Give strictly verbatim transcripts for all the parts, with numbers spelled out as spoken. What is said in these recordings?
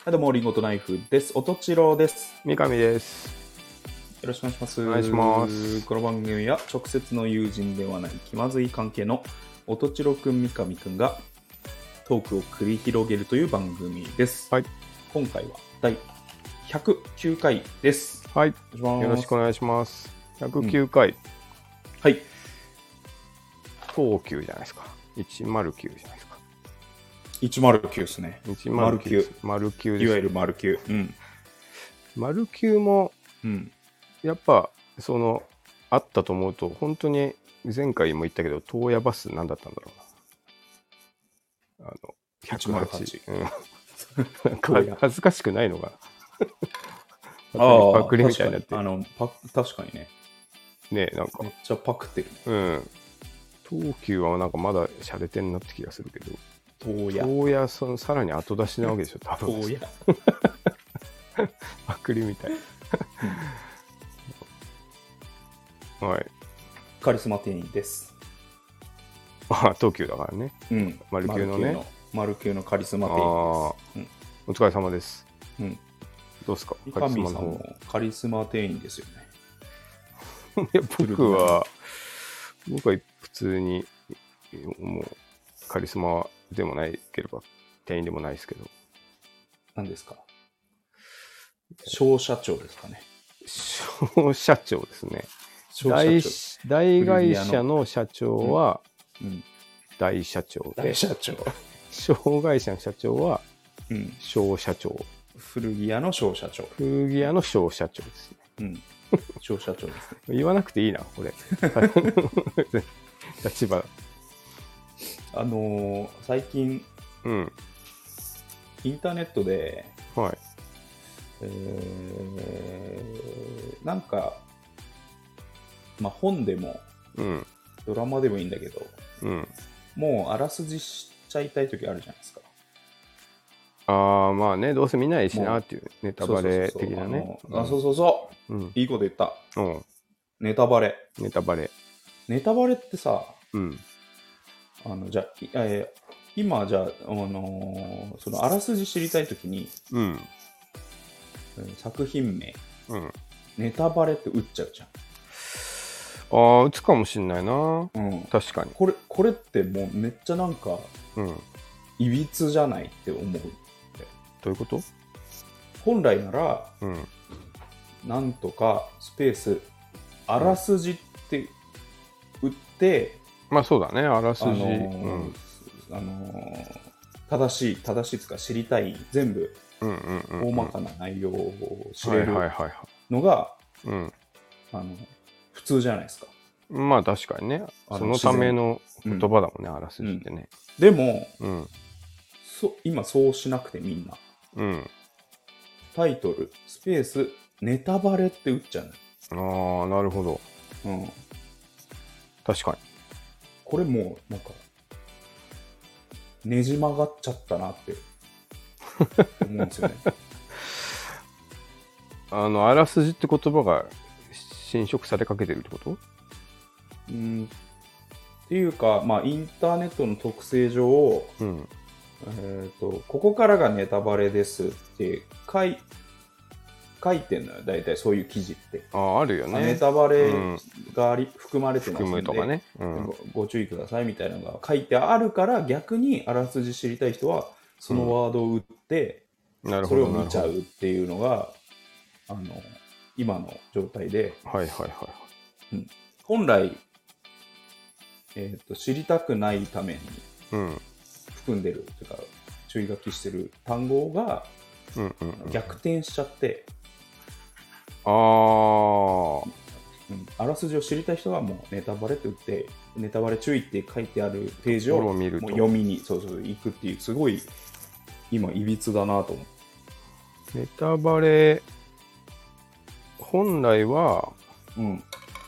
はい、どうも、リンゴとナイフです。おとちろです。 三上です。 よろしくお願いします。 お願いします。 この番組は直接の友人ではない気まずい関係のおとちろくん、三上くんがトークを繰り広げるという番組です。 はい。 今回は第ひゃくきゅうかいです。 はい。よろしくお願いします。ひゃくきゅうかい。うん、 はい。 東急じゃないですか。いちまるきゅうじゃないですか。 いちまるきゅうですね。 いちまるきゅう。丸きゅうです。 いわゆる丸きゅう。うん。 丸きゅうも、うん、やっぱそのあったと思うと、本当に前回も言ったけど、東野バス何だったんだろうな。あのひゃくはち。うん、なんか恥ずかしくないのかな。あパクリみたいになって。 あのパ確かにね。 ねなんかめっちゃパクってる。 うん。東急はなんかまだシャレてんなって気がするけど。 東野。 東野そのさらに後出しなわけでしょ、多分。 東野。 パクリみたい。はい。 カリスマ店員です。 あ、東急だからね。 うん。 丸級のね。 丸級のカリスマ店員です。 うん、お疲れ様です。 うん。 どうですか、 カリスマさんもカリスマ店員ですよね。いや、僕は、僕は普通に、もう、カリスマでもないければ、店員でもないですけど。 何ですか？小社長ですかね。 小社長ですね。大, 大会社の社長は大社長で、 大社長。 小会社の社長は小社長。 古着屋の小社長。 古着屋の小社長ですね。 うん。小社長ですね。 言わなくていいな、これ。立場。 あのー、最近、 うん、 インターネットで、 はい。 えー、なんか、まあ、本でも、うん、ドラマでもいいんだけど、うん、もうあらすじしちゃいたい時あるじゃないですか。 ああ、まあね、どうせ見ないしなっていうネタバレ的なね。 あ、そうそうそう、うん、いいこと言った、うん、ネタバレネタバレネタバレってさ、 うん、 あのじゃあ、えー、今じゃあ、あのー、そのあらすじ知りたい時に、うん、作品名、うん、ネタバレって打っちゃうじゃん。 ああ、打つかもしんないな、うん、確かに。 これこれってもうめっちゃなんか、うん、いびつじゃないって思う。 どういうこと？ 本来なら、うん、なんとかスペースあらすじって打って、 うん、まあそうだね、あらすじ、あのーうんあのー、正しい正しいつか知りたい全部、うんうんうんうん、大まかな内容を知れるのが普通じゃないですか。 まあ確かにね、そのための言葉だもんね、うん、あらすじってね。 うん、でも、うん、そ今そうしなくてみんな、うん、タイトルスペースネタバレって打っちゃうの。ああ、なるほど。うん。確かに。 これもうなんかねじ曲がっちゃったなって思うんですよね。 あのあらすじって言葉が侵食されかけてるってこと？ うんっていうか、まあインターネットの特性上、うん、えーと、ここからがネタバレですって書い書いてんのよ、大体そういう記事って。 ああ、あるよね。 ネタバレがあり、うん、含まれてますので、 とかね、うん、 ご、ご注意くださいみたいなのが書いてあるから、逆にあらすじ知りたい人はそのワードを打って、うん、それを見ちゃうっていうのがあの今の状態で、 はいはいはい、 うん、本来、えーと、知りたくないために含んでるというか注意書きしてる単語が逆転しちゃって、 ああ、 うん、あらすじを知りたい人はもうネタバレって打ってネタバレ注意って書いてあるページをもう読みにそうそう行くっていうすごい今いびつだなと思う。 ネタバレ本来は、うん、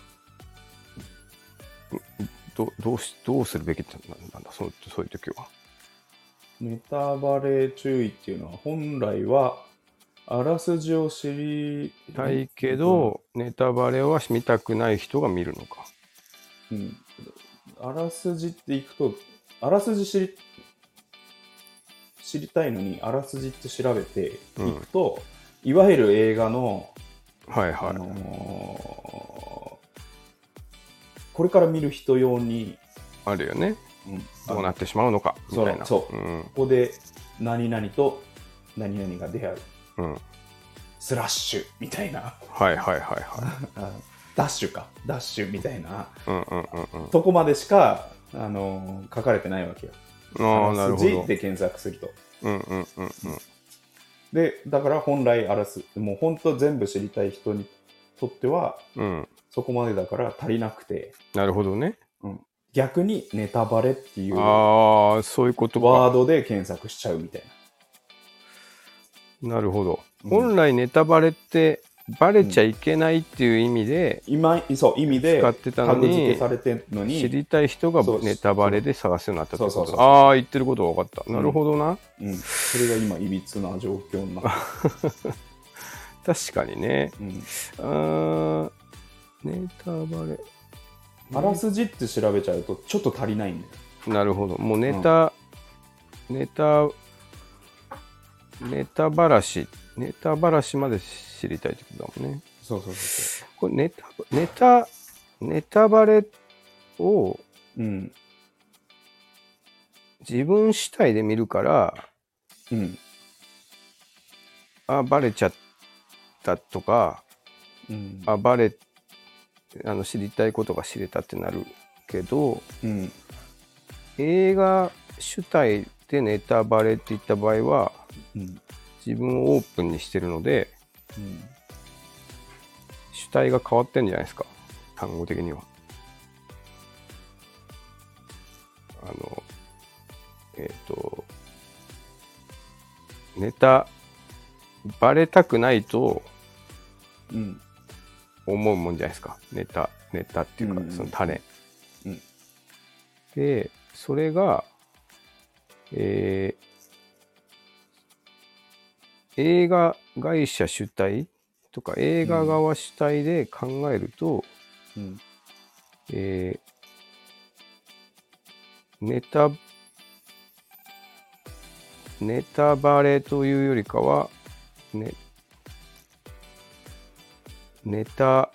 ど, ど, うしどうするべきなんだそう、そういう時は。 ネタバレ注意っていうのは本来はあらすじを知りたいけど、うん、ネタバレは見たくない人が見るのか。 うん。あらすじっていくと、あらすじ知り知りたいのにあらすじって調べていくと、うん、いわゆる映画の、 はいはい、 あのー、これから見る人用にあるよね、うん、どうなってしまうのかみたいな。 そう、うん、ここで何々と何々が出会う、うん、スラッシュみたいな、 はいはいはいはいダッシュかダッシュみたいな、うんうんうんうん、とこまでしか、あのー、書かれてないわけよ。 ああ、なるほど。 あらすじで検索すると。 うんうんうんうん。 で、だから本来あらす、もう本当全部知りたい人にとっては、うん、そこまでだから足りなくて。 なるほどね。 うん、逆にネタバレっていうああ、そういうことか。 ワードで検索しちゃうみたいな。なるほど。うん、本来ネタバレってバレちゃいけないっていう意味で、 うん、今そう意味で使ってたのに、 タグ付けされてるのに知りたい人がネタバレで探すようになったってこと。ああ、言ってることが分かった。なるほどな。 うんうん、それが今いびつな状況になって確かにね。うん、あネタバレ。 あらすじって調べちゃうとちょっと足りないんだよ。 なるほど。もうネタ、うん、ネタ、ネタばらし、ネタばらしまで知りたいってことだもんね。 そうそうそうそう。 これネタ、ネタ、ネタバレを、うん、自分主体で見るから、うん、あ、バレちゃったとか、うん、あ、バレ、あの知りたいことが知れたってなるけど、うん、映画主体でネタバレって言った場合は、うん、自分をオープンにしてるので、うん、主体が変わってんじゃないですか、単語的には。あのえっとネタバレたくないと思うもんじゃないですか、ネタネタっていうか、うんうん、その種、うん、でそれが、えー、映画会社主体とか映画側主体で考えると、うんうん、えー、ネタネタバレというよりかは、ね、ネタ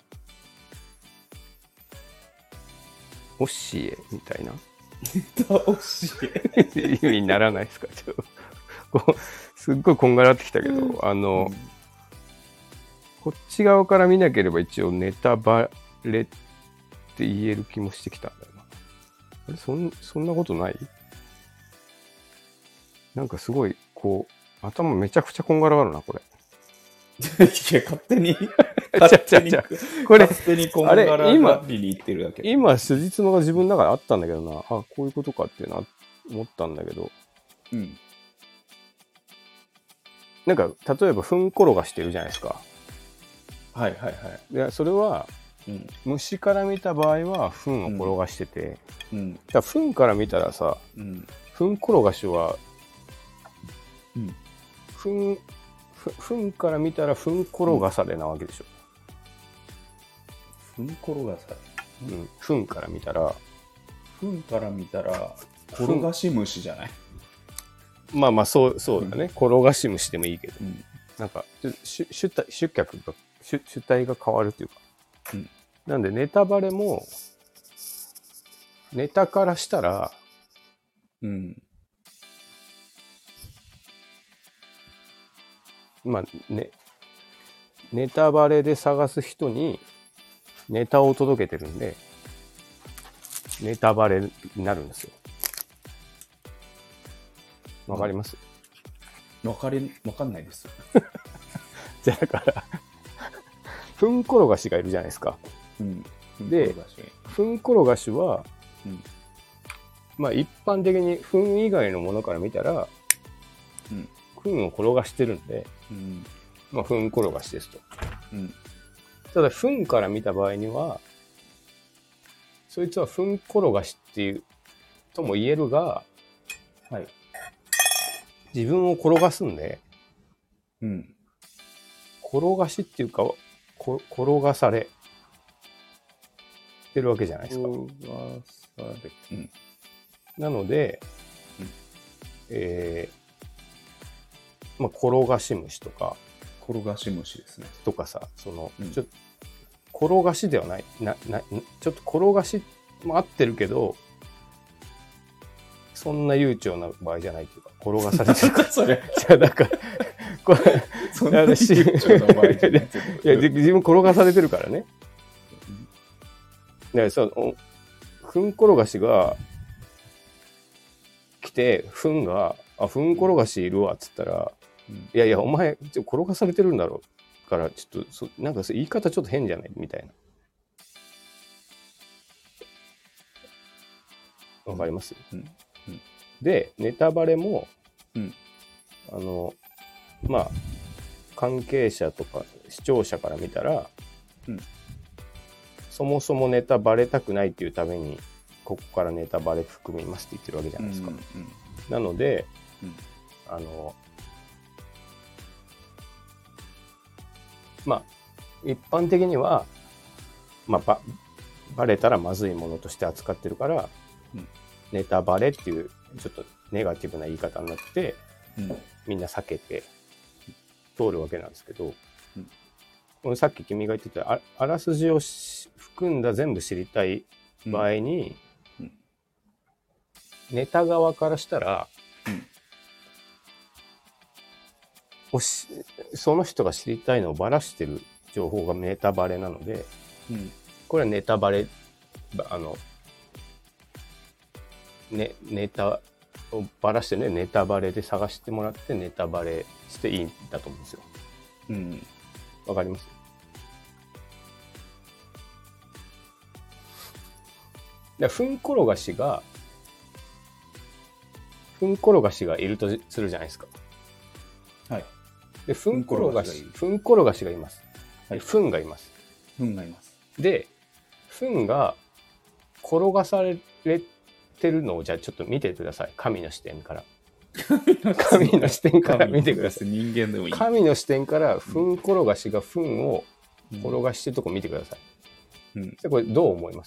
教えみたいな。 ネタ教え意味にならないですか。ちょっとこうすっごいこんがらってきたけど、うん、あの、うん、こっち側から見なければ一応ネタバレって言える気もしてきたんだよな。あれ、そん、そんなことない？なんかすごいこう頭めちゃくちゃこんがらがるなこれ。 いや勝手に勝手にこれ勝手にこんがらがりにいってるだけ。 今筋つまが自分の中であったんだけどな、あ、こういうことかってな思ったんだけど、うん、なんか例えばふん転がしてるじゃないですか。 はいはいはい。 でそれは、うん、虫から見た場合はふんを転がしてて、うん、じゃあふんから見たらさ、うん、ふん転がしは、うん、ふんふんから見たらふん転がされなわけでしょ。 ふん転がされ、うん、ふんから見たらふんから見たら転がし虫じゃない？ まあまあそうそうだね、うん、転がし虫でもいいけど、うん、なんか主主体主客が 主, 主体が変わるというか、うん、なんでネタバレもネタからしたら、うん、まあね、ネタバレで探す人にネタを届けてるんでネタバレになるんですよ。わかります？ わかり、わかんないです。 じゃあだからふん転がしがいるじゃないですか。うん、でふん転がしは、うん、まあ一般的にふん以外のものから見たら、うん、ふんを転がしてるんで、うん、まあふん転がしですと。うん、ただふんから見た場合にはそいつはふん転がしっていうとも言えるが、はい、自分を転がすんで、うん、転がしっていうかこ転がされてるわけじゃないですか。転がされ、うん、なので、うん、えまあ、転がし虫とか。 転がし虫ですね。 とかさ、その、 うん、 ちょっと、転がしではない、な、な、ちょっと転がしも合ってるけど、そんな悠長な場合じゃないっていうか、転がされてるから。 それ。 じゃあ、なんか、これ、 そんな悠長な場合じゃない。 いや、自分転がされてるからね。で、その、ふん転がしが来て、ふんが、あ、ふん転がしいるわっつったら、うん、いやいや、お前、ちょ転がされてるんだろうから、ちょっとそ、なんか言い方ちょっと変じゃないみたいな。わかります、うんうん、で、ネタバレも、うん、あの、まあ、関係者とか視聴者から見たら、うん、そもそもネタバレたくないっていうために、ここからネタバレ含みますって言ってるわけじゃないですか。うんうん、なので、うん、あの、まあ、一般的には、まあ、ば、バレたらまずいものとして扱ってるから、うん、ネタバレっていうちょっとネガティブな言い方になって、うん、みんな避けて通るわけなんですけど、うん、このさっき君が言ってた あ, あらすじを含んだ全部知りたい場合に、うんうん、ネタ側からしたら、うんもしその人が知りたいのをばらしてる情報がネタバレなので、うん、これはネタバレ、あの、ね、ネタをばらしてね、ネタバレで探してもらってネタバレしていいんだと思うんですよ。うん。わかります？で、ふん転がしが、ふん転がしがいるとするじゃないですか。はい。で、ふん転がし、ふん転がしがいます。はい。ふんがいます。 ふんがいます。 で、ふんが転がされてるのをじゃあちょっと見てください。神の視点から。神の視点から見てください。 人間でもいい。 神の視点からふん転がしがふんを転がしてるとこ見てください。うん。で、これどう思います？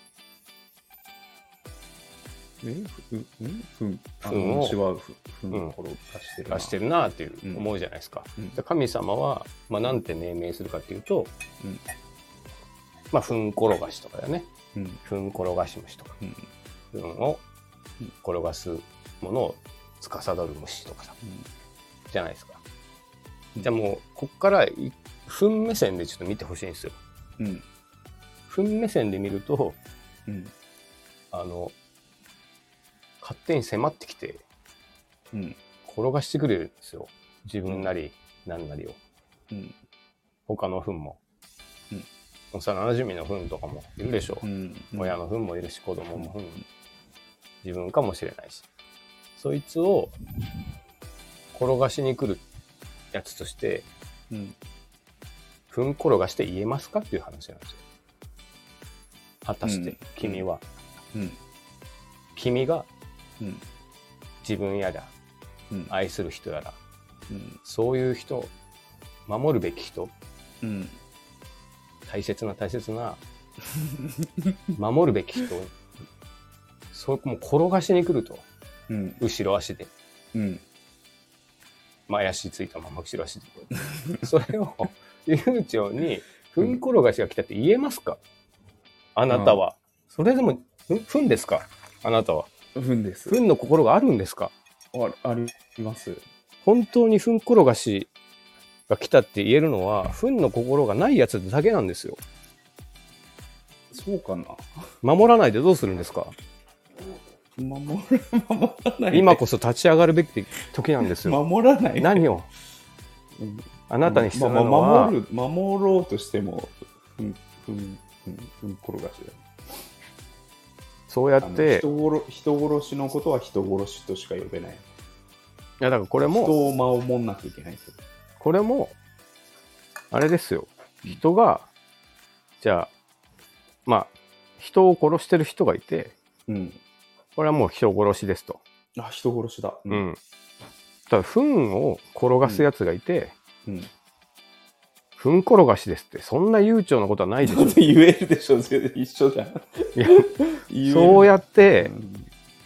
えふんふんふんをふんを転がしてるな、 してるなっていう思うじゃないですか。うん、で神様は、まあ、なんて命名するかっていうと、うん、まあ、ふん転がしとかだよね。うん、ふん転がし虫とか。うん、ふんを転がすものを司る虫とかさ、うん、じゃないですか。うん、じゃあもう、こっからふん目線でちょっと見てほしいんですよ。うん、ふん目線で見ると、うん、あの、勝手に迫ってきて、うん、転がしてくれるんですよ。自分なり、何なりを。うん、他の糞も。うん、幼馴染の糞とかもいるでしょう。うんうん、親の糞もいるし、子供も糞、うん、自分かもしれないし。そいつを転がしに来るやつとして、うん、糞転がして言えますかっていう話なんですよ。果たして君は、うんうん、君がうん、自分やら、うん、愛する人やら、うん、そういう人、守るべき人、うん、大切な大切な守るべき人、そうもう転がしに来ると、うん、後ろ足で、うん、前足ついたまま後ろ足でそれを悠長にふん転がしが来たって言えますか？あなたは、うん、それでもふんですか？あなたはふんです。 ふんの心があるんですか？ あ、あります。 本当にふん転がしが来たって言えるのは、ふんの心がないやつだけなんですよ。 そうかな。 守らないでどうするんですか？ 守ら、守らないで。 今こそ立ち上がるべき時なんですよ。 守らないで。 何を、うん、あなたに必要なのは、 まあ、守る、守ろうとしても、ふん、ふん、ふん転がしだよ。 そうやって人殺、人殺しのことは人殺しとしか呼べない。いやだからこれも人を守んなきゃいけないけど。 これもあれですよ。人がじゃあまあ人を殺してる人がいて、うん、これはもう人殺しですと。 あ、人殺しだ。 うん。うん、ただ糞を転がすやつがいて、うんうん、糞転がしですってそんな悠長なことはないでしょ。 言えるでしょ。一緒じゃん。 いやそうやって、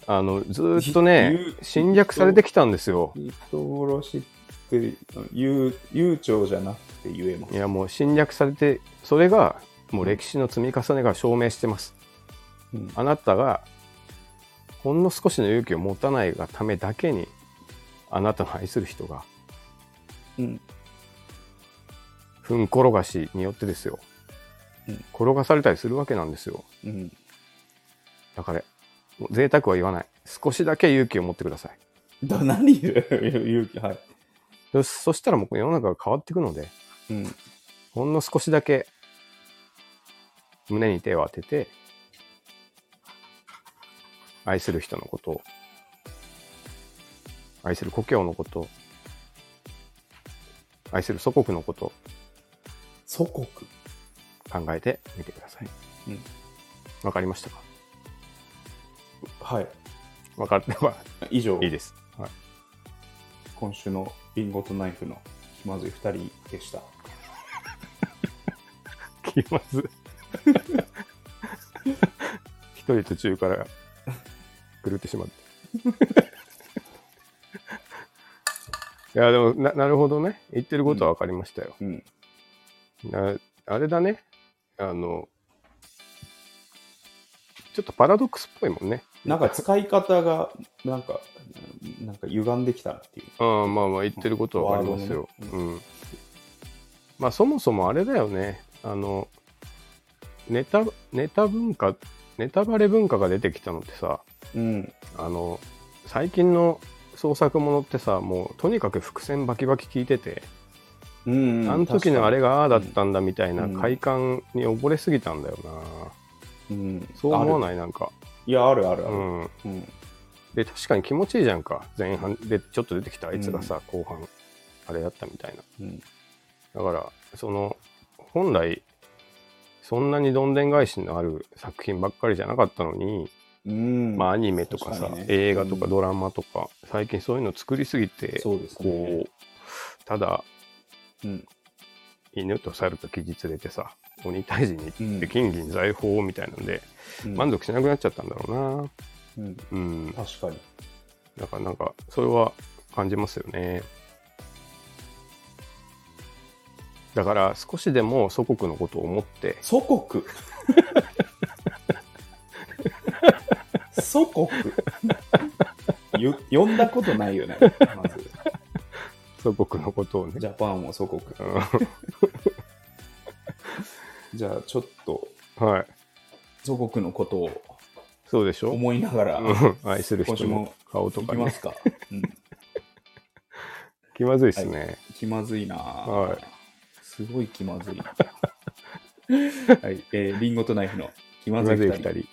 あのずーっとね侵略されてきたんですよ。 人殺しって悠悠長じゃなくて言えます。 いやもう侵略されて、それがもう歴史の積み重ねが証明してます、うん、あなたがほんの少しの勇気を持たないがためだけにあなたの愛する人が、うん、糞転がしによってですよ、うん、転がされたりするわけなんですよ、うん、だから贅沢は言わない。少しだけ勇気を持ってください。 だ何言う勇気、はい。 そ, そしたらもう世の中が変わっていくので、うん、ほんの少しだけ胸に手を当てて、愛する人のことを、愛する故郷のことを、愛する祖国のことを、 祖国考えてみてください。うん、わかりましたか？ はい。 分かっては以上いいです。はい、 今週のリンゴとナイフの気まずいふたりでした。 気まず一人途中から狂ってしまっていやでも な, なるほどね、言ってることは分かりましたよ、うんうん、あれだね、あのちょっとパラドックスっぽいもんね。 なんか使い方がなんかなんか歪んできたっていう。 ああ、まあまあ言ってることは分かりますよ、ね、うん、まあそもそもあれだよね、あのネタネタ文化ネタバレ文化が出てきたのってさ、うん、あの最近の創作ものってさ、もうとにかく伏線バキバキ聞いてて、うんうん、あの時のあれがああだったんだみたいな快感に溺れすぎたんだよな、うん、そう思わない？なんかいやあるあるある、うんうん、で確かに気持ちいいじゃんか、前半でちょっと出てきたあいつがさ、うん、後半あれだったみたいな、うん、だからその本来そんなにどんでん返しのある作品ばっかりじゃなかったのに、うん、まあアニメとかさ、ね、映画とかドラマとか、うん、最近そういうの作りすぎて、 そうですね、 こうただ、うん、犬と猿とキジ連れてさ鬼退治に行って金銀財宝みたいなんで、うん、満足しなくなっちゃったんだろうな、 うんうん、確かに。 だからなんかそれは感じますよね。だから少しでも祖国のことを思って。 祖国祖国呼んだことないよね、まず。 祖国のことをね。 ジャパンも祖国。じゃあちょっと、 はい、 祖国のことをそうでしょ思いながら、 うん、愛する人の顔とか、ね、 いきますか、うん、 気まずいっすね、はい、 気まずいな、 はい、 すごい気まずいはい、えー、リンゴとナイフの気まずいふたり。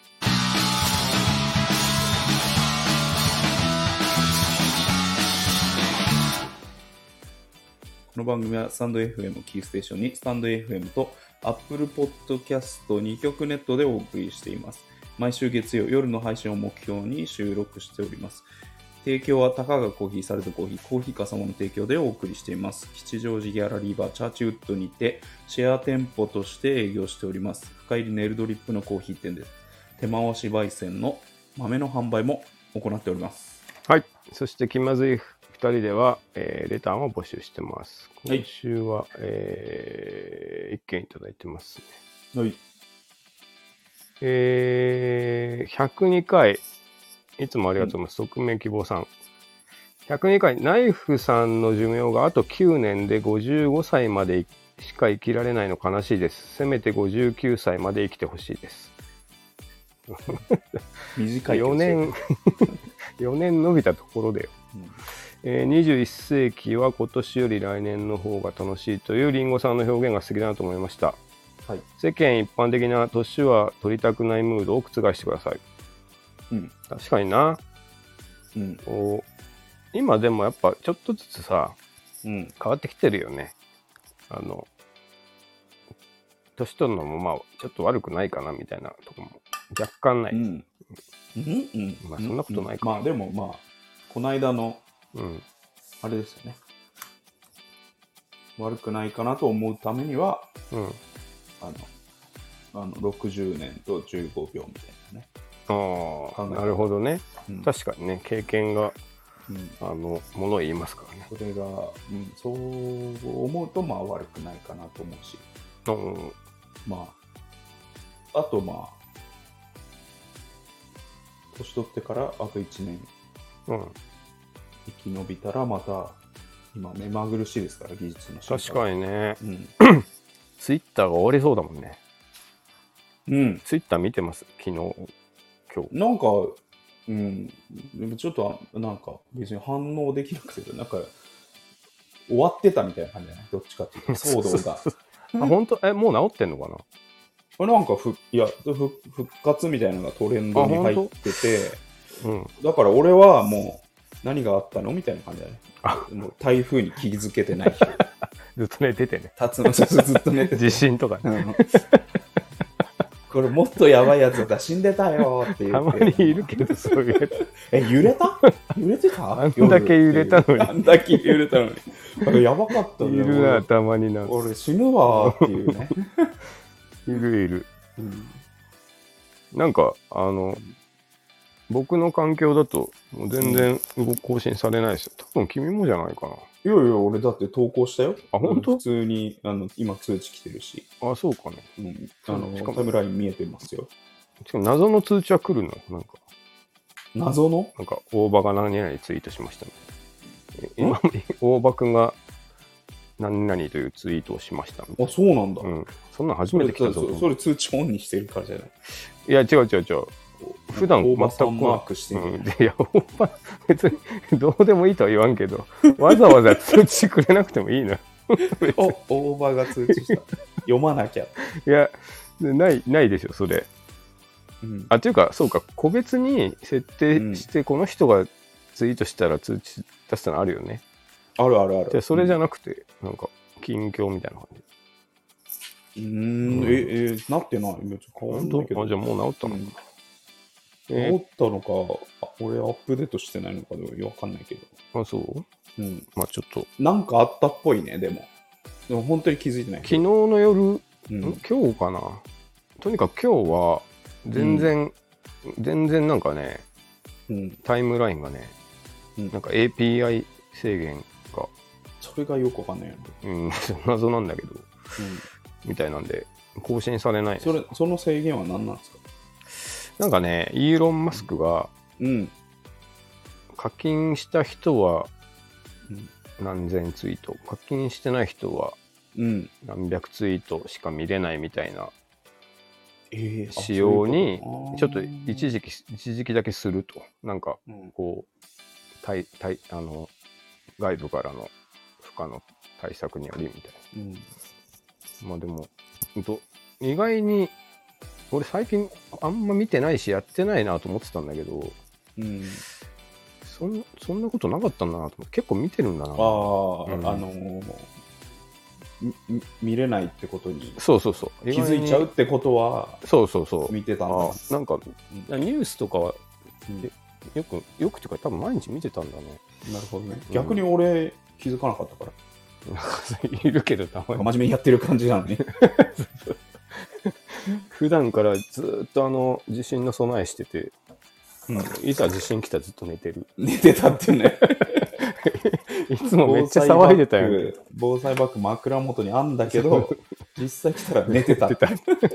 この番組はスタンド エフエム キーステーションにスタンド エフエム と Apple Podcast に局ネットでお送りしています。毎週月曜夜の配信を目標に収録しております。提供はたかがコーヒー、サルトコーヒー、コーヒーかさまの提供でお送りしています。吉祥寺ギャラリーバーチャーチウッドにてシェア店舗として営業しております。深入りネルドリップのコーヒー店です。手回し焙煎の豆の販売も行っております。 はい。そして気まずいふたりでは、えー、レターも募集してます。今週は、はい、えー、いっけんいただいてますね。 はい。 えー、ひゃくにかい、いつもありがとうございます。匿名希望さん。ひゃくにかい、ナイフさんの寿命があときゅうねんでごじゅうごさいまでしか生きられないの悲しいです。せめてごじゅうきゅうさいまで生きてほしいです。 短いよねんよねん伸びたところでよ、うんえー、にじゅういっせいきは今年より来年の方が楽しいというリンゴさんの表現が素敵だなと思いました、はい、世間一般的な年は取りたくないムードを覆してください、うん、確かにな、うん、こう今でもやっぱちょっとずつさ、うん、変わってきてるよね。あの年取るのもまあちょっと悪くないかなみたいなとこも若干ない。うんうんうん、まあそんなことないか、 うん、まあでもまあこの間の、うん、あれですよね。悪くないかなと思うためには、うん、あのあのろくじゅうねんとじゅうごびょうみたいなね。 ああ、なるほどね、うん、確かにね、経験が、うん、あのものを言いますからね。 それが、うん、そう思うとまあ悪くないかなと思うし、うん、まああとまあ年取ってからあといちねん、うん、生き延びたらまた今目まぐるしいですから技術の進化。 確かにね、うん、ツイッターが終わりそうだもんね。うん、ツイッター見てます、昨日今日。 なんか、うん、でもちょっとなんか別に反応できなくて、なんか終わってたみたいな感じじゃない？どっちかっていうと騒動が。 あ、本当？え、もう治ってんのかな？ なんかふいやふ復活みたいなのがトレンドに入ってて、うん、だから俺はもう何があったのみたいな感じだね。あ、もう台風に気づけてない人。 ずっと寝ててね。 立つのずっと寝てて。 地震とかね。うんこれもっとやばいやつだったら死んでたよって言って。 たまにいるけど、そういうやつ。 え、揺れた揺れてたあんだけ揺れたのに。 あんだけ揺れたのに。あれやばかったね。 いるな、たまにな。 俺死ぬわっていうね。 いるいる。うん、なんか、あの、僕の環境だと、もう全然動更新されないですよ。多分君もじゃないかな。 いやいや、俺だって投稿したよ。 あ、本当？ 普通に、あの、今通知来てるし。 あ、そうかね。 うん。あの、タイムライン見えてますよ。 しかも謎の通知は来るの？なんか。 謎の？ なんか、大場が何々ツイートしましたね。今、大場くんが何々というツイートをしましたみたいな。 あ、そうなんだ。 うん。そんな初めて来たぞ。 そ, それ通知オンにしてるからじゃない？ いや、違う違う違う。普段全くマークしてる、うん、 いや、大場別にどうでもいいとは言わんけど、わざわざ通知くれなくてもいいの。 お大場が通知した。読まなきゃ。 いや、ないないでしょそれ。うん、あ、というかそうか、個別に設定して、うん、この人がツイートしたら通知出したのあるよね。 あるあるある。 じゃそれじゃなくて、うん、なんか近況みたいな感じ。うーん、うん、ええなってない。 変わんないけど。あ、じゃあもう治ったのかな。うんえー、治ったのか、俺アップデートしてないのかでわかんないけど。 あ、そう？うん。まあちょっと。 なんかあったっぽいね、でも。でも本当に気づいてない。 昨日の夜、うん、今日かな。とにかく今日は、全然、うん、全然なんかね、うん、タイムラインがね、うん、なんか エーピーアイ 制限が。 それがよくわかんないよね。 うん、謎なんだけど、うん、みたいなんで、更新されないです。 それ、その制限は何なんですか？ なんかね、イーロン・マスクが、うん、課金した人は何千ツイート、課金してない人は何百ツイートしか見れないみたいな仕様に、ちょっと一時期、一時期だけすると。なんか、こう、対対あの外部からの負荷の対策によりみたいな。うん、まあでも、意外に、俺最近あんま見てないしやってないなと思ってたんだけど、うん、そ, んそんなことなかったんだなと思って結構見てるんだなあ、うん、 あのー、見れないってことにそうそうそう気づいちゃうってことはそうそうそう見てたんだ。 なんか、うん、ニュースとかは、うん、よくよくっていうか多分毎日見てたんだね。 なるほどね、うん、逆に俺気づかなかったからいるけどたまに真面目にやってる感じなのに普段からずっとあの地震の備えしてて、うん、いざ地震来たらずっと寝てる。 寝てたってねいつもめっちゃ騒いでたよね。 防災バッグ枕元にあんだけど実際来たら寝てたって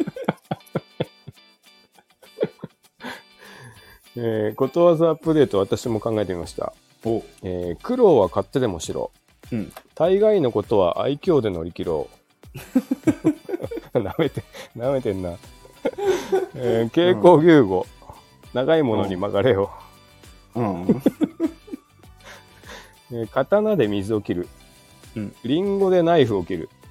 えー、ことわざアップデート私も考えてみました。お、えー、苦労は買ってでもしろ、うん、大概のことは愛嬌で乗り切ろうなめてなめてんな、えー、蛍光牛語、うん、長いものに曲がれよ、うんうんえー、刀で水を切る、うん、リンゴでナイフを切る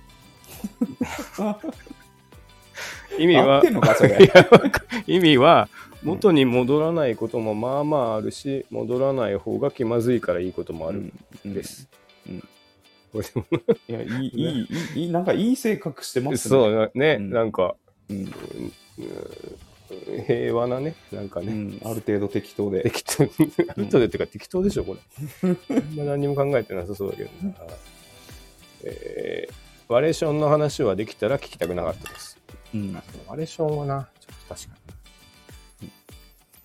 意味は意味は元に戻らないこともまあまああるし、戻らない方が気まずいからいいこともあるんです。うんうんうん、 いや、いい、いい、いい、なんかいい性格してますね。そうね、うん、なんか、うん、平和なね、なんかね、うん、 ある程度適当で。 適当、ある程度っていうか適当でしょ、これ。まあ何も考えてなさそうだけどな。えー、ワレーションの話はできたら聞きたくなかったです。うん、ワレーションはな、ちょっと確かに。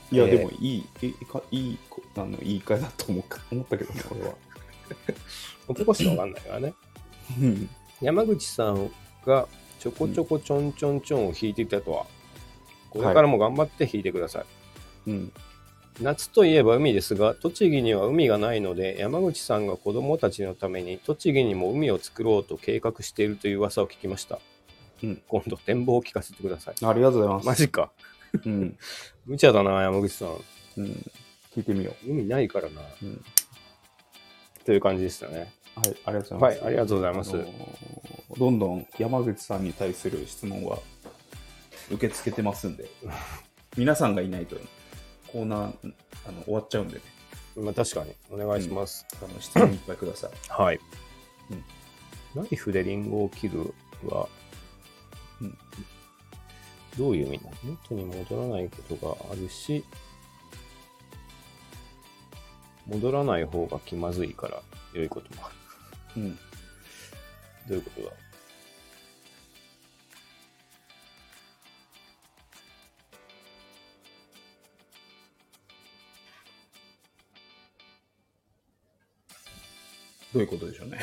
いや、えー、でもいい、いい、いい、あの言い換えだと思ったけどね、これは。 男しかわかんないからね。山口さんがちょこちょこちょんちょんちょんを弾いていたとは、これからも頑張って弾いてください。はい、うん、夏といえば海ですが、栃木には海がないので、山口さんが子供たちのために栃木にも海を作ろうと計画しているという噂を聞きました。うん、今度展望を聞かせてください。 ありがとうございます。 マジか。 うん。 無茶だな、山口さん。 うん。聞いてみよう。海ないからな。うん。という感じでしたね。 はい、ありがとうございます。 はい、ありがとうございます。あのー、どんどん山口さんに対する質問は受け付けてますんで、皆さんがいないとコーナーあの終わっちゃうんでね。 まあ確かにお願いします。 うん、あの質問いっぱいください。 はい。うん、ナイフでリンゴを切るは、うん、どういう意味なの？元に戻らないことがあるし、戻らない方が気まずいから良いこともある。うん。どういうことだ？ どういうことでしょうね。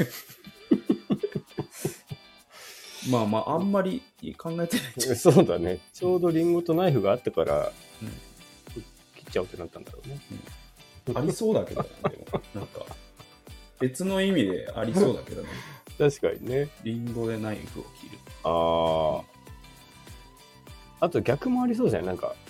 まあまあ、あんまり考えてない。 そうだね。ちょうどリンゴとナイフがあったから、うん、切っちゃおうってなったんだろうね。 うん、ありそうだけどね。でもなんか、別の意味でありそうだけどね。 確かにね。 リンゴでナイフを切る。 ああ。あと逆もありそうじゃない？なんか、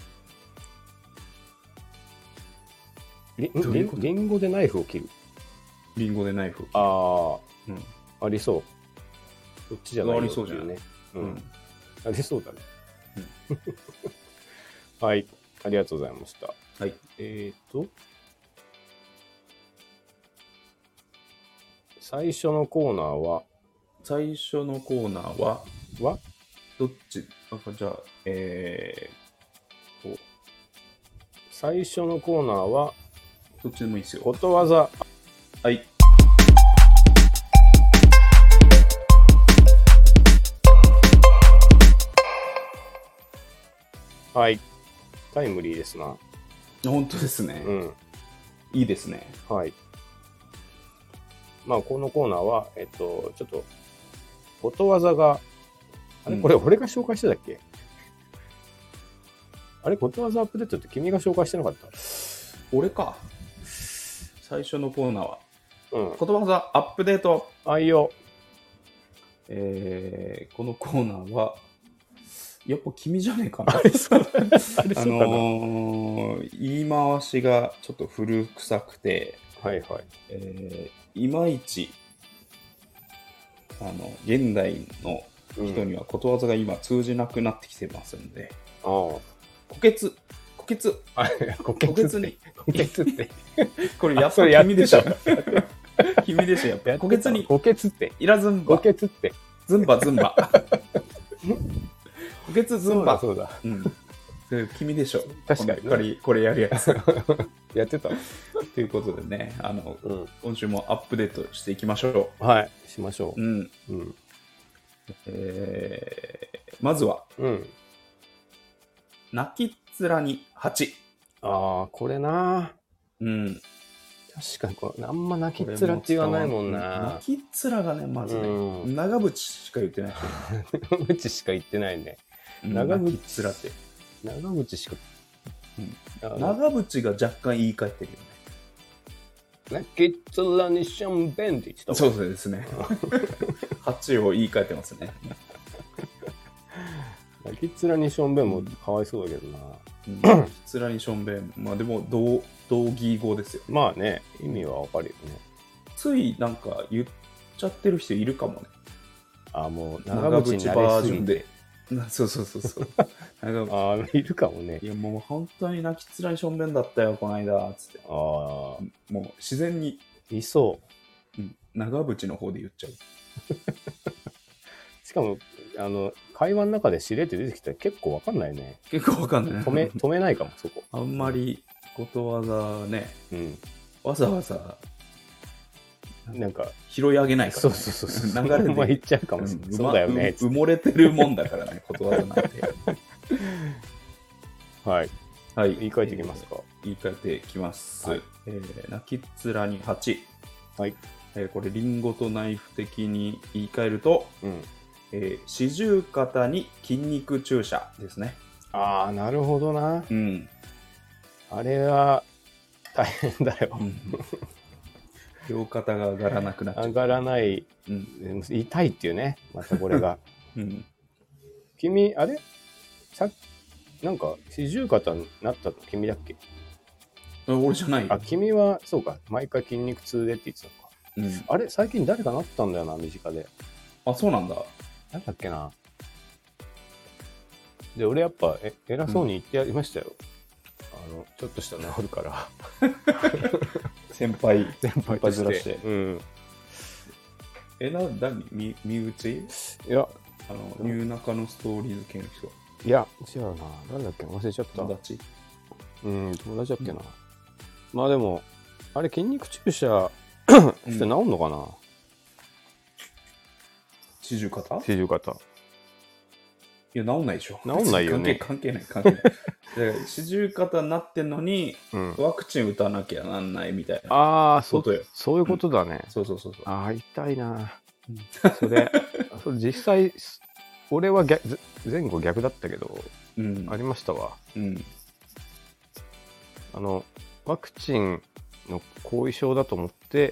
リン、リンゴでナイフを切る。 リンゴでナイフを切る。 ああ、うん。ありそう。そっちじゃないよ。 ありそうじゃないね。 うん。ありそうだね。うん、はい。ありがとうございました。 はい。 えっと、最初のコーナーは最初のコーナーははどっちあじゃあ、えーと、 最初のコーナーはどっちでもいいですよ。 ことわざ。 はい。 はい。タイムリーですな。 本当ですね。 うん。 いいですね。 はい。まあ、このコーナーは、えっと、ちょっと、ことわざが、あれ、これ俺が紹介してたっけ、うん、あれ、ことわざアップデートって君が紹介してなかった？ 俺か。最初のコーナーは。 うん。 ことわざアップデート。 あいよ。 えー、このコーナーは、やっぱ君じゃねえかな。あのー、言い回しがちょっと古臭くて、 はいはい。 えー、いまいち、あの、現代の人にはことわざが今通じなくなってきてますんで、 うん、ああ。 虎穴、虎穴、 虎穴に、虎穴って、 これやっぱり君でしょ。君でしょ、やっぱ。虎穴に、 虎穴って、 いらずんば。 虎穴って、 ズンバズンバ。虎穴ズンバ。 そうだ、そうだ。 うん。君でしょ。 確かに、 ね。これ、これやるやつ。 やってた。 ということでね、あの、うん、今週もアップデートしていきましょう。はい、しましょう。 うん。うん、えー、まずは、うん。泣きっ面に蜂。 ああ、これな。 うん。 確かにこれ、あんま泣きっ面って言わないもんな。 泣きっ面がね、まずね、うん、長渕しか言ってないし、 ね。長渕しか言ってないね。 長渕っ面って。 長渕しか、 うん、長渕が若干言い換えてるよね。 泣きっ面にシャンベンって言ってた。 そうですね。蜂を言い換えてますね。 泣きっ面にションベンもかわいそうだけどな。 泣きっ面にションベン、まあでも同同義語ですよ。 まあね、意味はわかるよね。 ついなんか言っちゃってる人いるかもね。 あ、もう長渕バージョンで。 そうそうそうそう。 ああ、いるかもね。 いやもう本当に泣きっ面にしょんべんだったよこの間つって。 ああ、 もう自然にいそう。 うん、長渕の方で言っちゃう。 しかもあの会話の中でしれって出てきたら結構わかんないね。 結構わかんない。 止め止めないかもそこ。 あんまりことわざね、 うん、 わざわざなんか拾い上げないから、 ね、そうそうそう。 流れでま言っちゃうかもしれない。そうだよね。 埋もれてるもんだからね、ことわざなんて。 はい。 はい。 言い換えていきますか。 えー、言い換えていきます。 はい、 えー、泣きっ面にはち。 はい。 えー、これ、リンゴとナイフ的に言い換えると、うん、えー、四十肩に筋肉注射ですね。 ああ、なるほどな。 うん。 あれは大変だよ。うん、 両肩が上がらなくなっちゃう。 上がらない、うん、痛いっていうね、またこれが。うん、君、あれさなんか四十肩になったの君だっけ？ 俺じゃないよ。 あ、君はそうか、毎回筋肉痛でって言ってたのか。うん、あれ最近誰かなったんだよな、身近で。 あ、そうなんだ。 なんだっけな。で、俺やっぱえ偉そうに言ってやりましたよ。うん、あのちょっとしたら治るから。 先輩先輩とずらして。 うん。 え、な、なに、み、身内？いや、 あの、ニューナカのストーリーズ系の人。 いや、違うな。誰だっけ忘れちゃった。 友達？ うん、友達だっけな。うん、まあでも、あれ筋肉注射して治んのかな、うん、 四十肩？ 四十肩。 いや、治んないでしょ。 治んないよね。 関係ない、関係ない。だから四十肩になってんのに、うん、ワクチン打たなきゃなんないみたいな。 ああ、そう、そういうことだね。 うん、そうそうそうそう。 ああ、痛いな。うん、それ、それ実際、俺は逆前後逆だったけど、うん、ありましたわ。うん、あのワクチンの後遺症だと思って、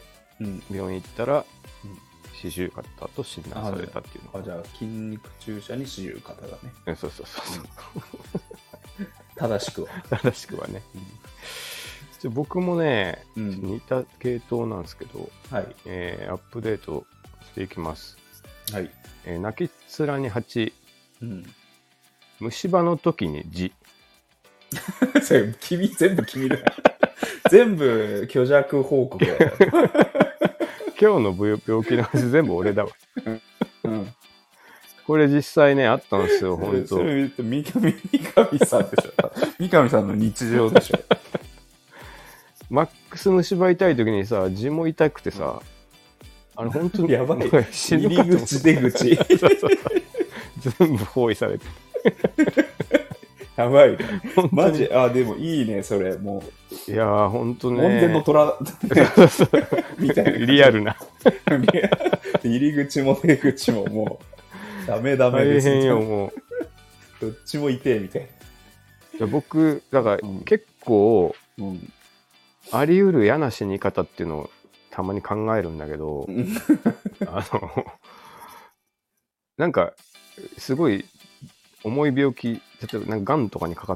うん、病院行ったら、四十肩と診断されたっていうの。 あ、じゃあ筋肉注射に四十肩だね。 え、そうそうそうそう。 正しくは。 正しくはね。うん、僕もね、うん、似た系統なんですけど、はい、えー、アップデートしていきます。はい。えー、泣きっ面にはち、うん、虫歯の時にじ。 それ君全部君だよ。全部虚弱報告だよ。 今日の病気の話全部俺だわ。うん、これ実際ねあったんですよ、本当。 それ言うと三上さんでしょ。三上さんの日常でしょ。 マックス虫歯痛い時にさ、痔も痛くてさ、うん、あれ本当にやばい。入り口出口そうそうそう全部包囲されて。 やばいね。マジ、あ、でもいいね、それ、もう。いやー、ほんとね。 門前の虎みたいな。 リアルな。 入り口も出口ももう、ダメダメです。 大変よ、もう。どっちも痛え、みたいな。いや僕、だから、うん、結構、うん、あり得る嫌な死に方っていうのをたまに考えるんだけど、あの、なんか、すごい、重い病気、例えばなんかがんとかにかかって、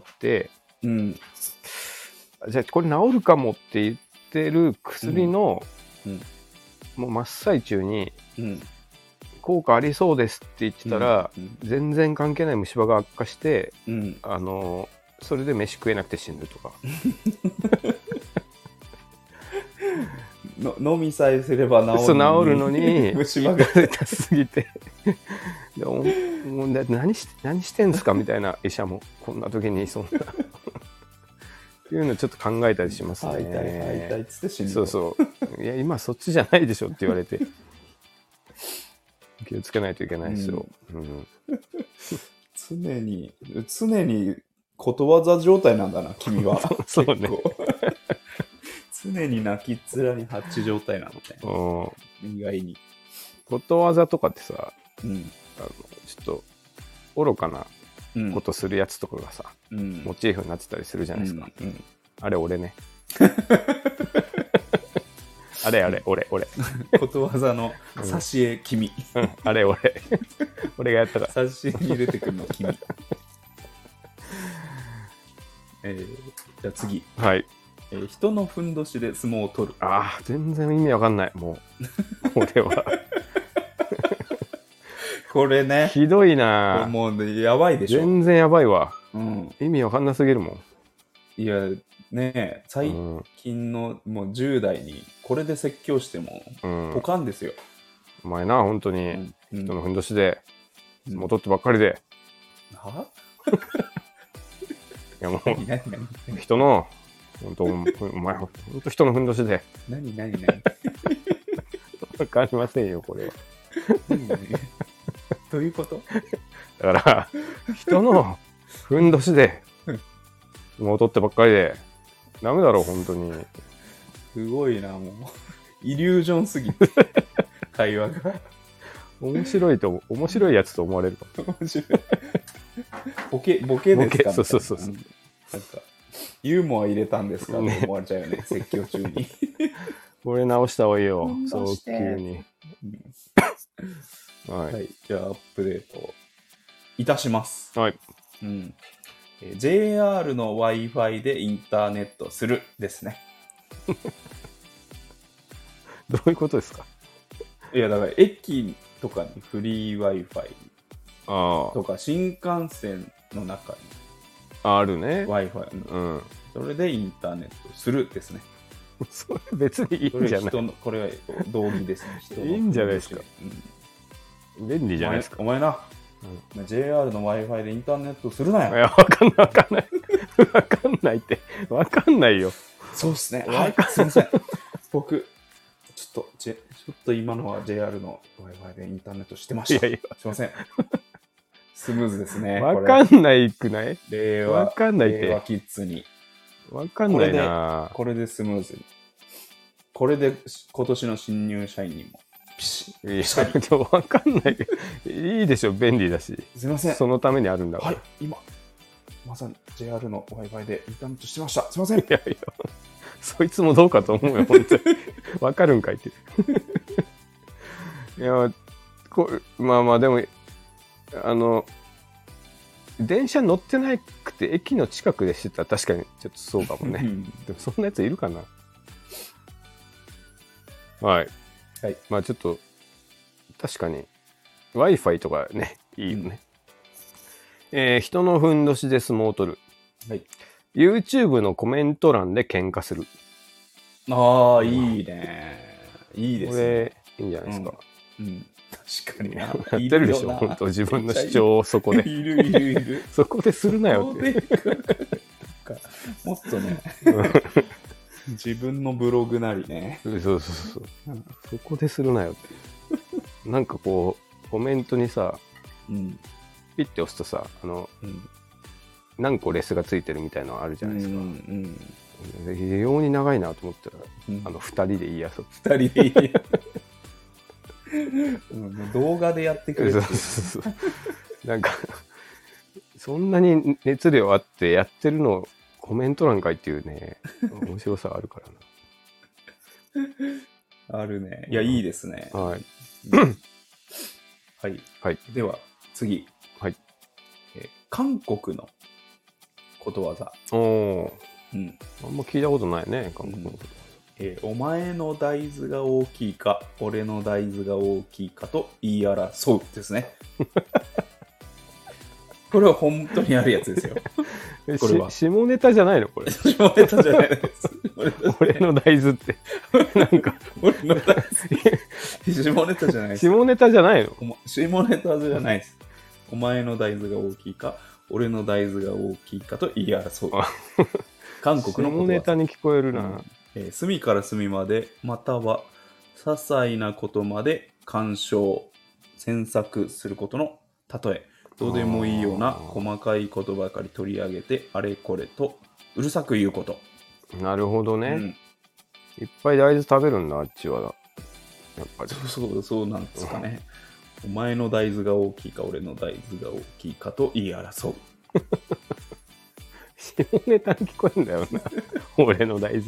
うん、じゃあこれ治るかもって言ってる薬の、うんうん、もう真っ最中に、うん、効果ありそうですって言ってたら、うんうん、全然関係ない虫歯が悪化して、うん、あのそれで飯食えなくて死ぬとかの飲みさえすれば治るのに、 そう治るのに虫歯が痛すぎてでももう何し何してんですかみたいな医者もこんな時にそんなっていうのをちょっと考えたりしますね。 痛い痛い痛いっつって死ぬ。 そうそういや今そっちじゃないでしょって言われて気をつけないといけないですよ、うんうん、 常に常にことわざ状態なんだな君は。 そうね常に泣きっ面にはち状態なのね。意外にことわざとかってさ、うん、あのちょっと愚かなことするやつとかがさ、うん、モチーフになってたりするじゃないですか、うんうん、あれ俺ねあれあれ俺俺ことわざの挿絵君、 うんうん、あれ俺俺がやったから挿絵に出てくるの君えー、じゃあ次はい、 えー、人のふんどしで相撲を取る。 ああ全然意味わかんないもう俺はこれねひどいな。 これもう、ね、やばいでしょ。 全然やばいわ、うん、意味わかんなすぎるもん。 いやね最近のもうじゅう代にこれで説教してもポカンですよ、 うん、お前な本当に、うん、人のふんどしで相撲取ってばっかりで、 うん、はいやもう人の本当お前本当人のふんどしで何何何わかりませんよこれは何何どういうこと？ だから人のふんどしで戻ってばっかりで。ダメだろ、本当に。 すごいな、もう。イリュージョンすぎて。会話が。 面白いと、面白いやつと思われるかも。 面白い。ボケ、ボケですか？ ボケ、そうそうそうそう。 なんか、ユーモア入れたんですかって思われちゃうよね、説教中に。 これ直した方がいいよ、早急に。 はい、はい。じゃあ、アップデートいたします。 はい。 うん。ジェイアール の Wi-Fi でインターネットするですね。 どういうことですか？ いや、だから駅とかにフリー Wi-Fi とか新幹線の中にあるね。 Wi-Fi、 うん。 それでインターネットするですね。 それ別にいいんじゃない？ これ人のこれは道義ですね。人のいいんじゃないですか。うん、便利じゃないですか。 お前な、うん、ジェイアール の Wi-Fi でインターネットするなよ。 いや、わかんないわかんない。わかんないって。わかんないよ。 そうっすね。はい、すいません。僕、ちょっと、ちょっと今のは ジェイアール の Wi-Fi でインターネットしてました。いやいや、すいません。スムーズですね。 わかんないくない？ 令和、 わかんないって。 令和キッズに。 わかんないな。 これで、これでスムーズに。これで今年の新入社員にもピシッ。 いや、ちょわかんない。いいでしょ、便利だし。 すいません。 そのためにあるんだから。 はい、今、まさに ジェイアール の Wi-Fi でインターネットしてました。すいません。いやいや、そいつもどうかと思うよ、本当に。わかるんかいって。いや、こまあまあ、でも、あの、電車乗ってなくて駅の近くでしてたら確かにちょっとそうかもね。でもそんなやついるかな。はい。 はい。 まあちょっと、確かに Wi-Fi とかね、いいよね。うん、えー、人のふんどしで相撲を取る。 はい。 YouTube のコメント欄で喧嘩する。 ああ、いいね。いいですね。 これ、いいんじゃないですか。 うん。うん、確かにな。やってるでしょ、本当自分の主張をそこで。 いるいるいる。 そこでするなよって。 もっとね、自分のブログなりね。 そうそうそう。そこでするなよって。なんかこう、コメントにさ、うん、ピッて押すとさ、あの、うん、何個レスがついてるみたいなのあるじゃないですか。うんうん、非常に長いなと思ったら、うん、あの、二人で言いやす。 二人で言いやす。動画でやってくれる。そうそうそう。 なんか、そんなに熱量あってやってるのコメント欄かいっていうね、面白さあるからな。あるね。いや、いいですね。 はい。 はい。 はい。 では、次。 はい。 えー、韓国のことわざ。 おー。うん。あんま聞いたことないね、韓国のことわざ。うんえー、お前の大豆が大きいか、俺の大豆が大きいかと言い争うですね。これは本当にあるやつですよ。 これは下ネタじゃないのこれ。 下ネタじゃないです。 俺の大豆って。なんか。 俺の大豆。下ネタじゃないです。 下ネタじゃないの？ 下ネタじゃないです。お前の大豆が大きいか、俺の大豆が大きいかと言い争う。韓国の下ネタに聞こえるな。うんえー、隅から隅まで、または些細なことまで干渉、詮索することの例え。どうでもいいような細かいことばかり取り上げて、あれこれとうるさく言うこと。 なるほどね。うん、いっぱい大豆食べるんだ、あっちは。 やっぱり。そうそう、そうなんですかね。お前の大豆が大きいか、俺の大豆が大きいかと言い争う。 下ネタに聞こえんだよな。俺の大豆って。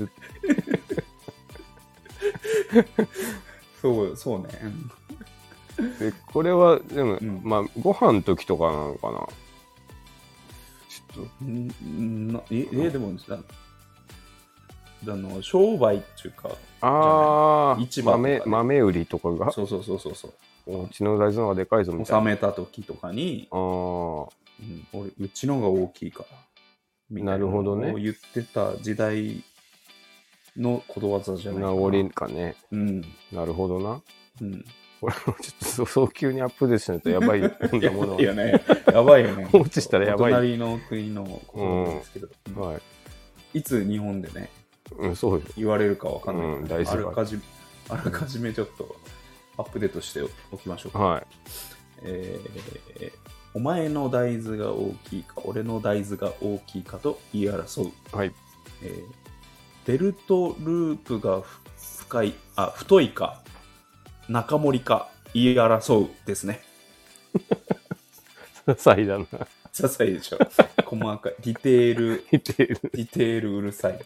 そう、そうね。 でこれはでも、うん、まあご飯の時とかなのかな。 ちょっとんなええでもあの商売っていうか、 ああ市場とか、ね、 豆豆売りとかが、 そうそうそうそうそう、 うちの大豆の方がでかいぞみたいな。 収めた時とかに、ああ、うん、俺うちのが大きいからみたいなのを言ってた時代のことわざじゃないかな。 名残かね。うん。なるほどな。うん。これもちょっと早急にアップデートしないとやばいよ。こんなものは。 いやね。やばいよね。 放置したらやばい。 隣の国のことなんですけど、 うん、はい。 いつ日本でね、 うん、そうです。 言われるかわかんない、うん、 大あらかじめ、あらかじめちょっとアップデートしておきましょうか。 はい。 えー、 お前の大豆が大きいか俺の大豆が大きいかと言い争う、 はい。 えー、ベルトループが深いあ太いか中盛りか言い争うですね。 些細だな。 些細でしょ。細かいディテールディテールディテールうるさい。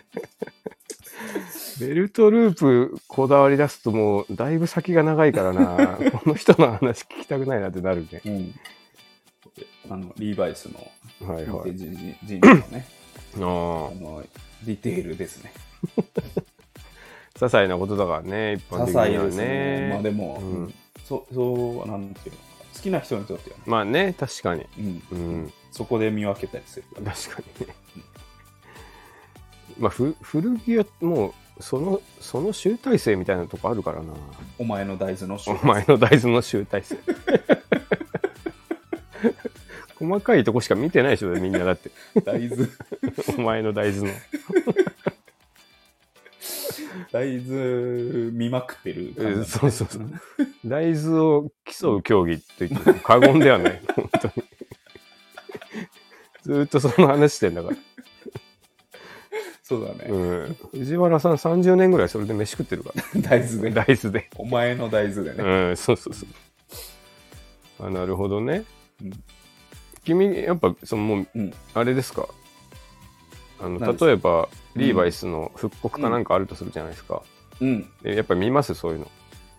ベルトループこだわり出すともうだいぶ先が長いからな。この人の話聞きたくないなってなるね。 うん。あのリーバイスのはいはい。 ジーンズのね、 ああのディテールですね。 些細なことだからね、一般的にはね。 些細ですね。まあでも、 うん、 そそうなんていうのか好きな人にとってはね。 まあね、確かに、 うんうん、 そこで見分けたりする。 確かにね。うん、まあふ古着はもうそのその集大成みたいなとこあるからな。 お前の大豆の集大成。お前の大豆の集大成。細かいとこしか見てないでしょ、みんなだって。 大豆。 お前の大豆の。 大豆見まくってる感じ、ね、 そうそうそう。大豆を競う競技と言っても過言ではない。本当に。ずっとその話してんだから。 そうだね。 うん。藤原さんさんじゅうねんぐらいそれで飯食ってるから。 大豆で。 大豆で。 お前の大豆でね。 うん、そうそうそう。あ、なるほどね。うん、君、やっぱ、そのもう、うん、あれですか。あの、例えば、リーバイスの復刻かなんかあるとするじゃないですか。うん。でやっぱり見ますそういうの。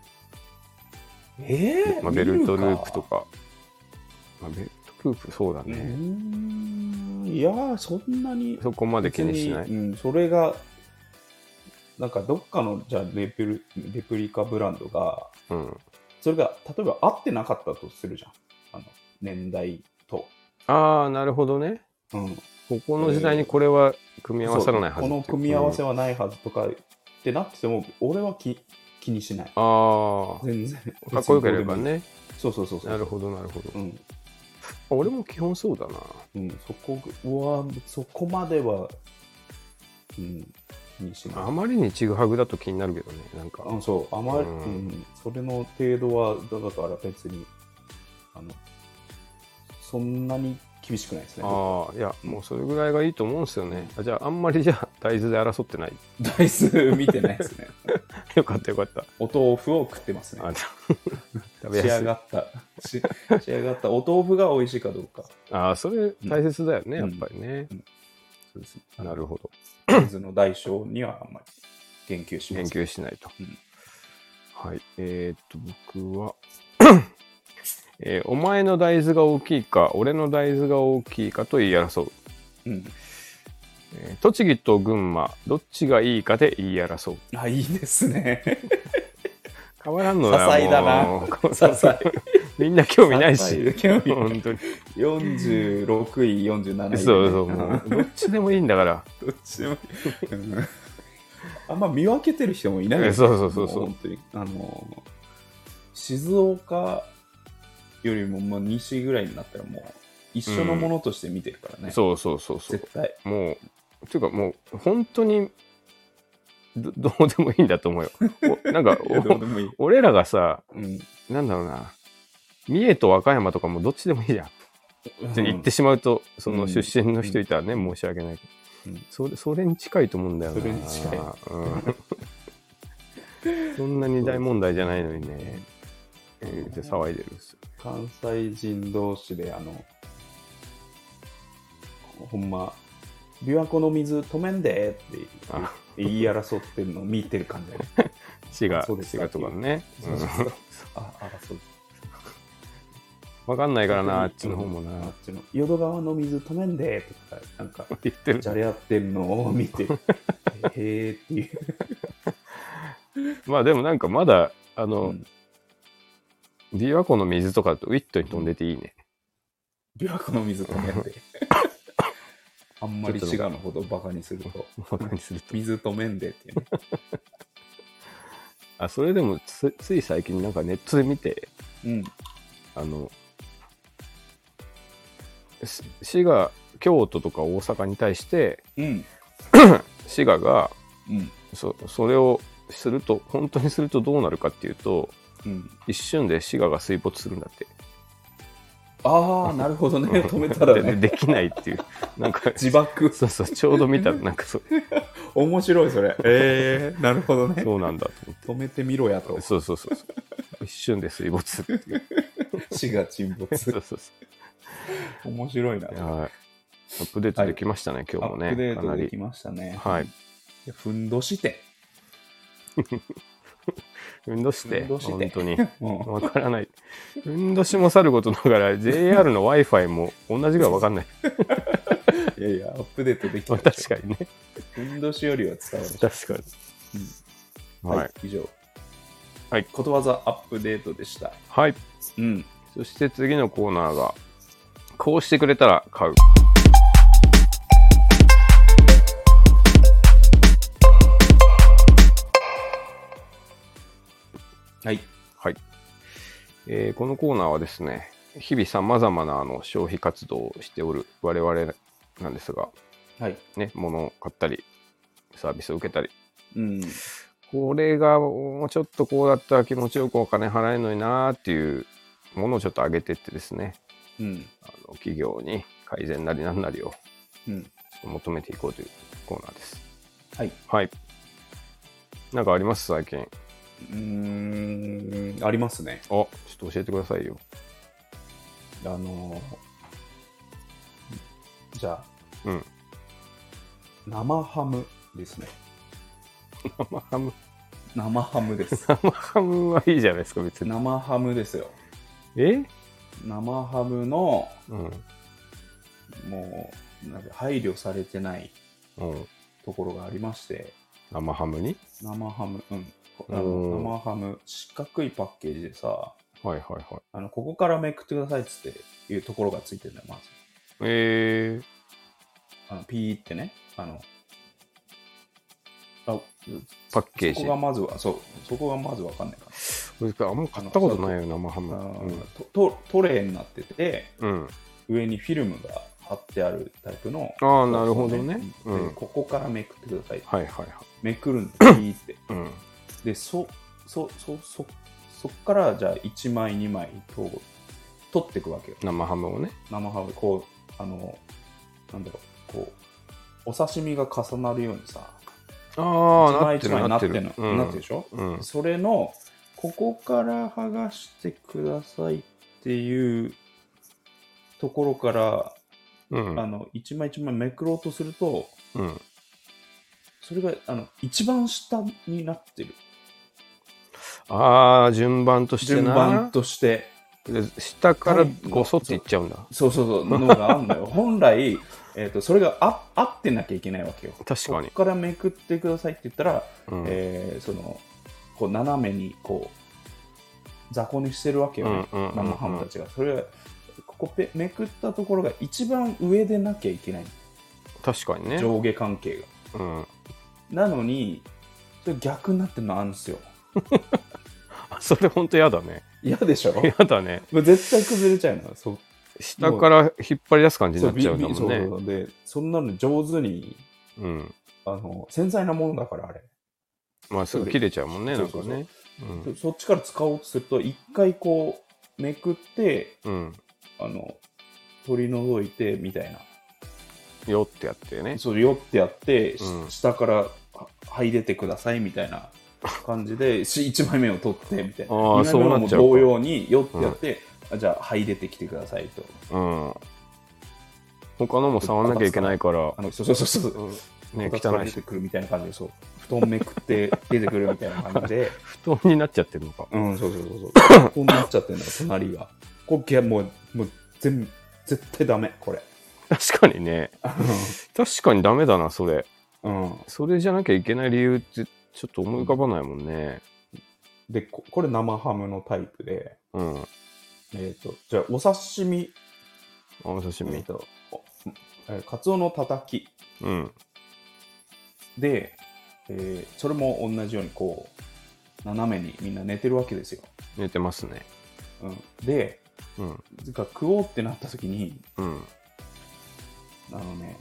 えー、 まあ、ベルトループとか。まあ、ベルトループ、そうだね。 うんいやー、そんなに。 そこまで気にしない。 うん、それが、なんかどっかの、じゃあレプリ、レプリカブランドが、うん、それが、例えば合ってなかったとするじゃん。あの、年代と。 ああ、なるほどね。うん。ここの時代にこれは組み合わさらないはず、 この組み合わせはないはずとかってなってても、俺は気気にしない。 ああ。 全然。 かっこよければね。 そうそうそうそう。 なるほど、なるほど。 うん。 俺も基本そうだな。 うん、そこは、そこまでは、うん、気にしない。 あまりにちぐはぐだと気になるけどね、なんか。 あ、そう、あまり、うん、うん、それの程度は、だから別に、あの、そんなに厳しくないですね。 ああ、いや、もうそれぐらいがいいと思うんですよね。あ、じゃあ、あんまりじゃあ、大豆で争ってない。 大豆見てないですね。 よかったよかった。 お豆腐を食ってますね。あ食べやすい。仕上がったし、仕上がったお豆腐が美味しいかどうか。 ああ、それ大切だよね、うん、やっぱりね。うんうん、そうですね。なるほど。 大豆の大小にはあんまり言及しません。 言及しないと。うん、はい。えー、っと、僕は、えー、お前の大豆が大きいか、俺の大豆が大きいかと言い争う。うんえー、栃木と群馬、どっちがいいかで言い争う。 あ、いいですね。 変わらんのだよ。 些細だな。些細。 みんな興味ないし。興味本当に。 よんじゅうろくい、よんじゅうなない、ね。 そうそう、もう。どっちでもいいんだから。 どっちでもいい。あんま見分けてる人もいないよね。 そうそうそうそう。 本当に。あの、静岡よりももう西ぐらいになったらもう一緒のものとして見てるからね。うん、 そうそうそうそう。 絶対。 もう、っていうかもう本当に ど, どうでもいいんだと思うよ。なんかいい俺らがさ、うん、なんだろうな、三重と和歌山とかもどっちでもいいじゃん。うん、言ってしまうと、その出身の人いたらね、うん、申し訳ないけど、うん、それ、それに近いと思うんだよな。 それに近い。 うん、そんなに大問題じゃないのにね、えー、で騒いでるんですよ。 関西人同士であのほんま琵琶湖の水止めんでって言い争ってるのを見てる感じだね。 滋賀滋賀とかね。 そうそうそう。ああそう。 わかんないからな、あっちの方もな。 あっちの淀川の水止めんでとかなんか言ってる。 じゃれ合ってるのを見てへーっていう。 まあでもなんかまだあの。うん琵琶湖の水とかとウィットに飛んでていいね。 琵琶湖の水止めて。あんまり滋賀のほどバカにすると。 バカにすると。 水止めんでっていう、ね。 あ、それでもつ、つい最近なんかネットで見て、うん、あの、滋賀、京都とか大阪に対して、うん、滋賀が、うん、そ、それをすると、本当にするとどうなるかっていうと、うん、一瞬で滋賀が水没するんだって。 ああ、なるほどね。止めたらね。 で, できないっていう。なんか、 自爆。 そうそう、ちょうど見たら、なんかそう。 面白い、それ。ええー、なるほどね。 そうなんだと思って。 止めてみろやと。 そうそうそうそう。一瞬で水没っていう。 死が沈没。 そうそうそう。 面白いな。 はい。アップデートできましたね、はい、今日もね。 アップデートできましたね。 はい。 ふんどし店。 ふんどしって本当にうん、 わからない。ふんどしもさることながら ジェイアール の Wi-Fi も同じがわかんない。 いやいや、アップデートできた。 確かにね。 ふんどしよりは伝わる。 確かに。 うん、はい、はい、以上。 はい。 ことわざアップデートでした。 はい。 うん。 そして次のコーナーが、こうしてくれたら買う。 はい。 はい。えー、このコーナーはですね、日々さまざまなあの消費活動をしておる我々なんですが、 はい。 ね、物を買ったり、サービスを受けたり。 うん。 これがもうちょっとこうだったら気持ちよくお金払えるのになーっていうものをちょっと上げてってですね、 うん、 あの企業に改善なりなんなりを求めていこうというコーナーです。 はい。 はい。なんかあります最近？ うーん、ありますね。 あ、ちょっと教えてくださいよ。 あのー、じゃあ、 うん、 生ハムですね。 生ハム。 生ハムです。 生ハムはいいじゃないですか、別に。 生ハムですよ。 え？ 生ハムの、 うん、 もう、なんか配慮されてないうん、 ところがありまして。 生ハムに？ 生ハム、うん。あの生ハム、四角いパッケージでさ、 はいはいはい。 あの、ここからめくってくださいっつっていうところがついてるんだよ、まず。 えー。あのピーってね、あの、あ、 パッケージ。 そこがまずは、そう、そこがまずわかんないかな。あんま買ったことないよ、生ハム。 うん、ト, トレーになってて、 うん、 上にフィルムが貼ってあるタイプの。 ああ、なるほどね。 うん、でここからめくってください。 はいはいはい。 めくるんで、ピーって。 うん、 で、そ、そ、そ、そ、そっから、じゃあいちまい、にまいと取っていくわけよ。 生ハムをね。 生ハム、こう、あの、なんだろう、こう、お刺身が重なるようにさ、 ああ、 一枚一枚なってるの、 うん、 なってるでしょ、 うん、 それの、ここから剥がしてくださいっていうところから、うん、あの、一枚一枚めくろうとすると、 うん、 それが、あの、一番下になってる。 ああ、順番としてな。 順番として。 で下からごそっていっちゃうんだ。 そうそうそう、のがあるのよ。本来、えーと、それがあ合ってなきゃいけないわけよ。 確かに。 ここからめくってくださいって言ったら、うん、えー、その、こう斜めにこう、雑魚にしてるわけよね。生ハムたちが。それは、ここペめくったところが一番上でなきゃいけない。 確かにね。 上下関係が。うん、なのに、それ逆になってるのあるんですよ。 それほんと嫌だね。 嫌でしょ？ 嫌だね。 絶対崩れちゃうの。そう下から引っ張り出す感じになっちゃうんだもんね。 そうそうそうで、そんなの上手に、うん、あの繊細なものだからあれ。 まあすぐ切れちゃうもんね、なんかね。 そ, そっちから使おうとすると、一回こうめくって、うん、あの取り除いてみたいな。 よってやってね。 そう、よってやって、うん、下からはい出てくださいみたいな感じで、いちまいめを取ってみたいな。 ああ、そうなっちゃうか。 同様によってやって、うん、じゃあはい出てきてくださいと。うん。 他のも触らなきゃいけないから。 あのそうそうそうそう。うんね、汚い出てくるみたいな感じで、そう。布団めくって出てくるみたいな感じで。 布団になっちゃってるのか。 うん、そうそうそうそう。布団になっちゃってるのよ、隣が。これ、もう、もう、全部、絶対ダメ、これ。 確かにね。確かにダメだな、それ。 うん。 それじゃなきゃいけない理由って、ちょっと思い浮かばないもんね。 で、こ, これ生ハムのタイプで。うん。えっ、ー、と、じゃあ、お刺身。 お刺身。 えっ、ー、と、えー、カツオのたたき。うん。で、えー、それも同じようにこう斜めにみんな寝てるわけですよ。 寝てますね。 うん、で、うん、食おうってなった時に、うん、あのね、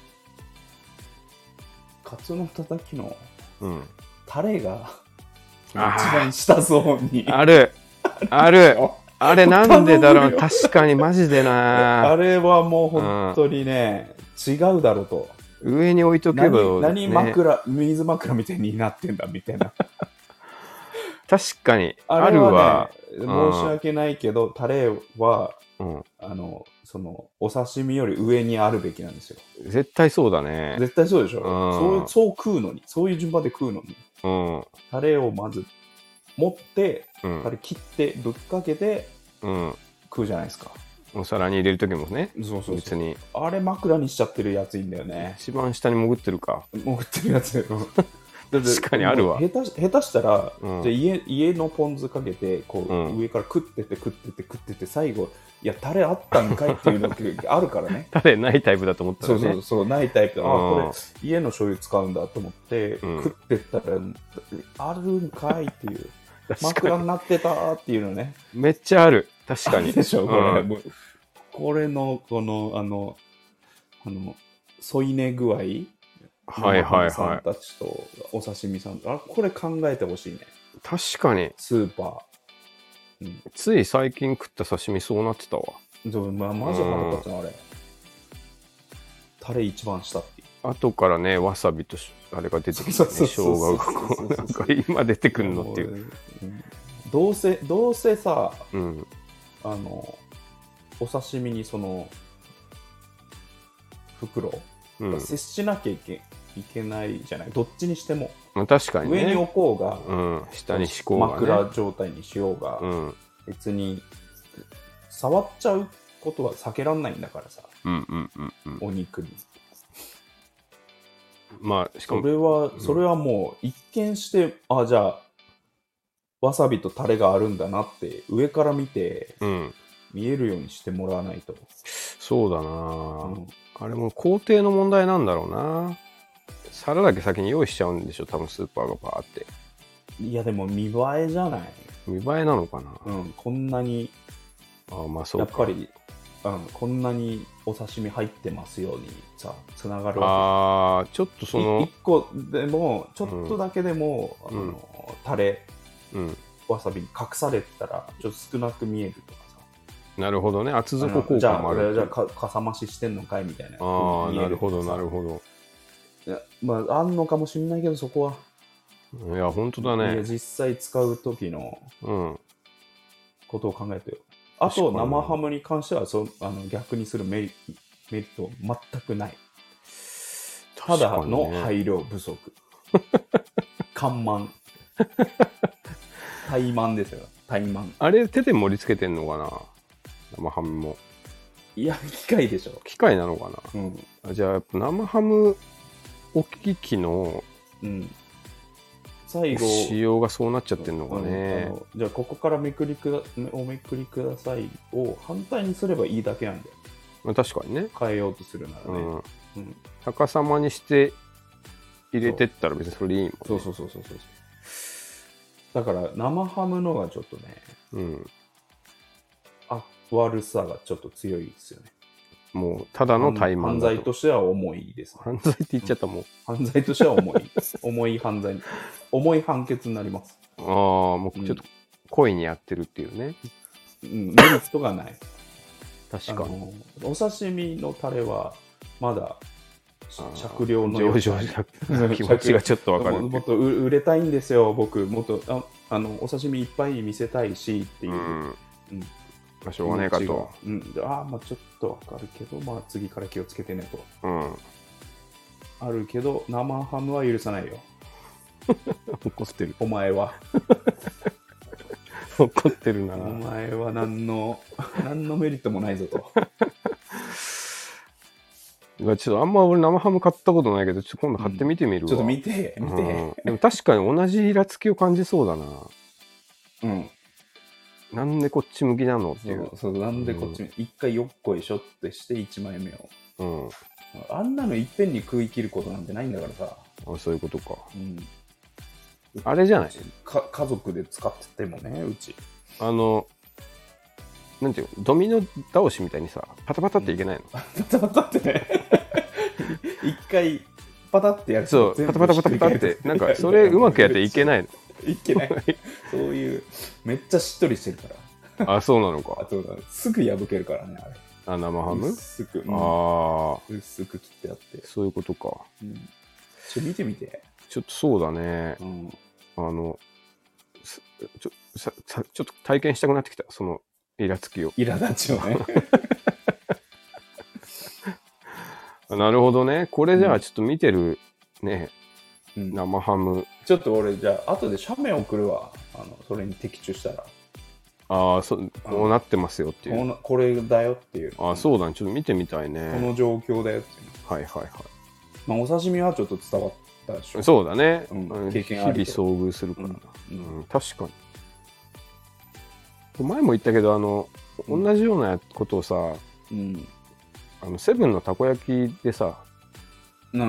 カツオのたたきのタレが一番下ゾーンにあるあるあれなんでだろう。確かにマジでな。 あれはもう本当にね、うん、違うだろうと。 上に置いとけば、 ね、何, 何枕水枕みたいになってんだみたいな。 確かにあるわ、ね、申し訳ないけど、うん、タレは、うん、あのそのお刺身より上にあるべきなんですよ。 絶対そうだね。 絶対そうでしょ、うん、そうそう食うのに、そういう順番で食うのに、うん、タレをまず持って、うん、タレ切ってぶっかけて、うん、食うじゃないですか。 お皿に入れる時もね。 そうそうそう、 別にあれ枕にしちゃってるやついいんだよね。 一番下に潜ってるか。 潜ってるやつ確かにあるわ。 下手し、下手したら、うん、じゃ家家のポン酢かけてこう、うん、上から食ってて食ってて食ってて最後いやタレあったんかいっていうのがあるからね。 タレないタイプだと思ったらね。 そうそうそう、ないタイプ。あ、これ家の醤油使うんだと思って、うん、食ってったらあるんかいっていう枕になってたっていうのね。 めっちゃある。確かに。 でしょこれ、うん、これのこのあのあの添い寝具合。 はいはいはい。 さんたちとお刺身さん、あ、これ考えてほしいね。 確かに。 スーパー。 うん、つい最近食った刺身そうなってたわ。 まあ、マジ腹立つな、あれ。タレ一番下っていう。 後からね、わさびとあれが出てきてね、生姜がこう、なんか今出てくるのっていう。 うん、どうせ、どうせさ、うん、あの、お刺身にその、袋、うん、接しなきゃいけいけないじゃない、どっちにしても。 確かにね。 上に置こうが、 うん、下に敷こうが、ね、 枕状態にしようが、うん、別に触っちゃうことは避けられないんだからさ、うんうんうんうん、お肉に。 まあしかもそれはそれはもう一見して、うん、あ、じゃあわさびとタレがあるんだなって上から見て、うん、見えるようにしてもらわないと。 そうだな、うん、あれも工程の問題なんだろうな。皿だけ先に用意しちゃうんでしょ多分スーパーがバーって。 いやでも見栄えじゃない。 見栄えなのかな。 うん、こんなに、 あ、まあそうか、 やっぱり、うん、こんなにお刺身入ってますようにさつながるわけ。 ああ、ちょっとそのいっこでもちょっとだけでも、うん、あのタレ、うん、わさびに隠されてたらちょっと少なく見えるとかさ。 なるほどね、厚底効果もある。 じゃあ、じゃあかかさ増ししてんのかいみたいな。 ああ、なるほどなるほど。 いや、まああんのかもしれないけどそこは。 いや本当だね。いや実際使う時のことを考えてよ。あと生ハムに関してはそあの逆にするメリメリット全くない。ただの配慮不足。干満。怠慢ですよ。怠慢。 あれ手で盛り付けてんのかな生ハムも。 いや機械でしょ。 機械なのかな、うん、あ、じゃあやっぱ生ハム置き機の、うん、最後仕様がそうなっちゃってんのかね、 うん、あのじゃあここからめくりくだおめくりくださいを反対にすればいいだけなんだよ。 まあ、確かにね変えようとするならね、うんうん、逆さまにして入れてったら別にそれでいいもんね。 そうそうそうそうそう。だから生ハムのがちょっとね、うん、あ悪さがちょっと強いですよね。 もうただの怠慢だと。 犯罪としては重いです、ね、 犯罪って言っちゃったもん、うん、 犯罪としては重い重い犯罪重い判決になります。 ああ、もうちょっと故意にやってるっていうね、 うん、メリットがない。 確かにお刺身のタレはまだ酌量の上々な気持ちがちょっと分かる。 もっと売れたいんですよ僕。もっと あ, あのお刺身いっぱい見せたいしっていう、うんうん、 まあ、しょうがないかと、 うん、あまあちょっと分かるけど、まあ、次から気をつけてねと、うん、あるけど生ハムは許さないよ。 怒ってるお前は。 怒ってるな。 お前は何の何のメリットもないぞと。 ちょっとあんま俺生ハム買ったことないけど、ちょっと今度買ってみてみるわ、うん、 ちょっと見て見て、うん、 でも確かに同じイラつきを感じそうだな。うん。なんでこっち向きなのっていう。 そうそう、なんでこっち、うん、一回よっこいしょってしていちまいめを。うん。あんなのいっぺんに食い切ることなんてないんだからさ。 あ、そういうことか。うん。あれじゃない？ か家族で使っててもね、うち。 あの、なんていうの、ドミノ倒しみたいにさ、パタパタっていけないの？ うん、パタパタってね。一回パタってやるとそう、パタパタパタパタって、なんかそれうまくやっていけないの。 いけない。そういう、めっちゃしっとりしてるかあ、そうなのか。 あとすぐ破けるからね、あれ。 あ、生ハム薄く、うん、 ああ、 薄く切ってあって。 そういうことか。 うん、ちょ見てみて。 ちょっとそうだね。うん、あのちょささちょっと体験したくなってきた、そのイラつきを。 苛立ちをね。 なるほどね。これじゃあちょっと見てるね、うん、生ハム。 ちょっと俺じゃあ後で写メ送るわ。あのそれに的中したら。 ああ、そこうなってますよっていう。 こ, これだよっていう。 ああ、そうだね。ちょっと見てみたいね。 この状況だよっていう。 はいはいはい。 まあお刺身はちょっと伝わったでしょ。 そうだね。 うん、 経験あり。日々遭遇するからな。うんうん、確かに。前も言ったけど、あの、うん、同じようなことをさ、うん、あのセブンのたこ焼きでさ、うん、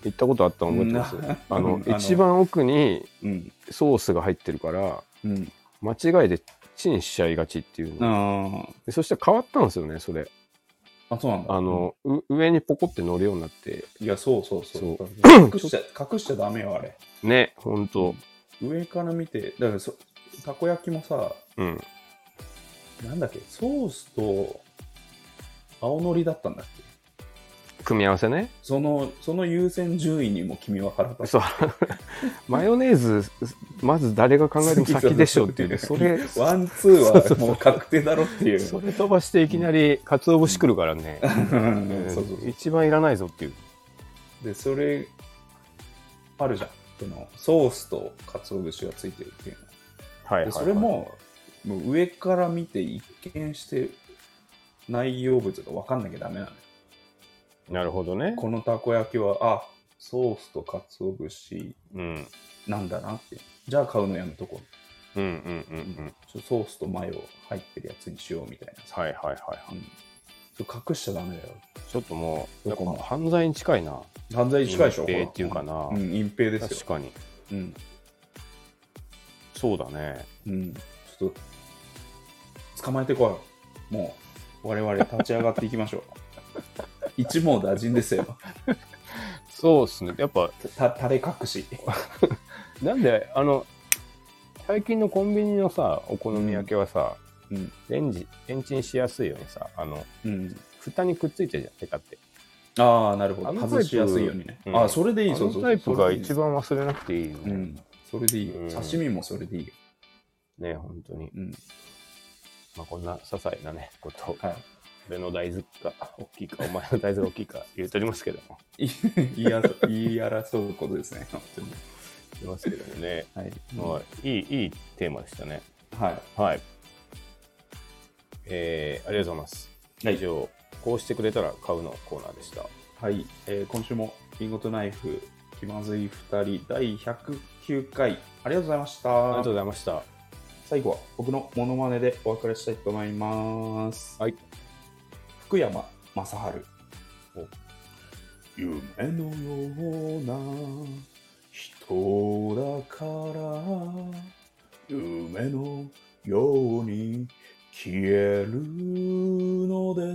行ったことあったの覚えてます、うん、あの一番奥にソースが入ってるから、うん、間違いでチンしちゃいがちっていうの、でそしたら変わったんですよね、それ。 あ、そうなんだ。 あの、うん、上にポコって乗るようになって。 いや、そうそうそう。そう隠しちゃ隠しちゃダメよ、あれ。 ね、ほんと。 上から見て、だからそたこ焼きもさ、うん、なんだっけ、ソースと青のりだったんだっけ、 組み合わせね。 そのその優先順位にも君は腹立つ。 そうマヨネーズまず誰が考えても先でしょっていうね。それワンツーはもう確定だろっていう。 それ飛ばしていきなり鰹節くるからね、一番いらないぞっていう。でそれあるじゃん、そのソースと鰹節がついてるっていうの。はいはいはい、でそれももう上から見て一見して内容物が分かんなきゃダメなのよ。 なるほどね。 このたこ焼きはあソースと鰹節なんだなって、うん、じゃあ買うのやめとこう。うんうんうんうん。ちょソースとマヨ入ってるやつにしようみたいな。 はいはいはいはい。うん、 ちょ隠しちゃダメだよ。 ちょっともうやっぱ犯罪に近いな。 犯罪に近いでしょ。 隠蔽っていうかな。 うん、隠蔽ですよ。 確かに。うん。そうだね。 うん。ちょっと捕まえてこい。もう我々立ち上がっていきましょう。一網打尽ですよ。 そうですね。やっぱたタレ隠し。 なんであの最近のコンビニのさお好み焼きはさ、うん、レンジレンチンしやすいようにさあの、うん、蓋にくっついてるじゃん、ペタって。 ああなるほど。外しやすいようにね。うん、ああそれでいい。 そのタイプが一番忘れなくていいよね。うん、 それでいい。うん、刺身もそれでいいよ。 ね本当に。うん、まあこんな些細なねことを。はい、俺の大豆が大きいかお前の大豆が大きいか言うとりますけども言い争うことですね。本当に言いますけどもね、はい、まあ、いいいいテーマでしたね。 はいはい、えー、ありがとうございます。以上、はい、こうしてくれたら買うのコーナーでした。 はい、えー、今週もリンゴとナイフ気まずいふたりだいひゃくきゅうかいありがとうございました。 ありがとうございました。 最後は僕のモノマネでお別れしたいと思います。はい、福山雅治。夢のような人だから夢のように消えるのです。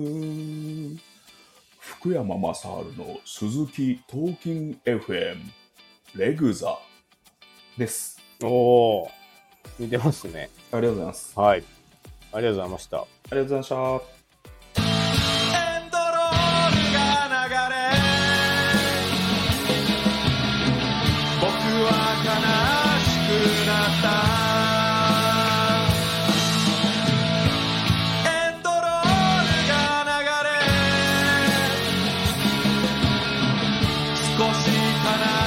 福山雅治の鈴木トーキン エフエム レグザです。 おー、似てますね。 ありがとうございます。 はい、ありがとうございました。ありがとうございました。少しかな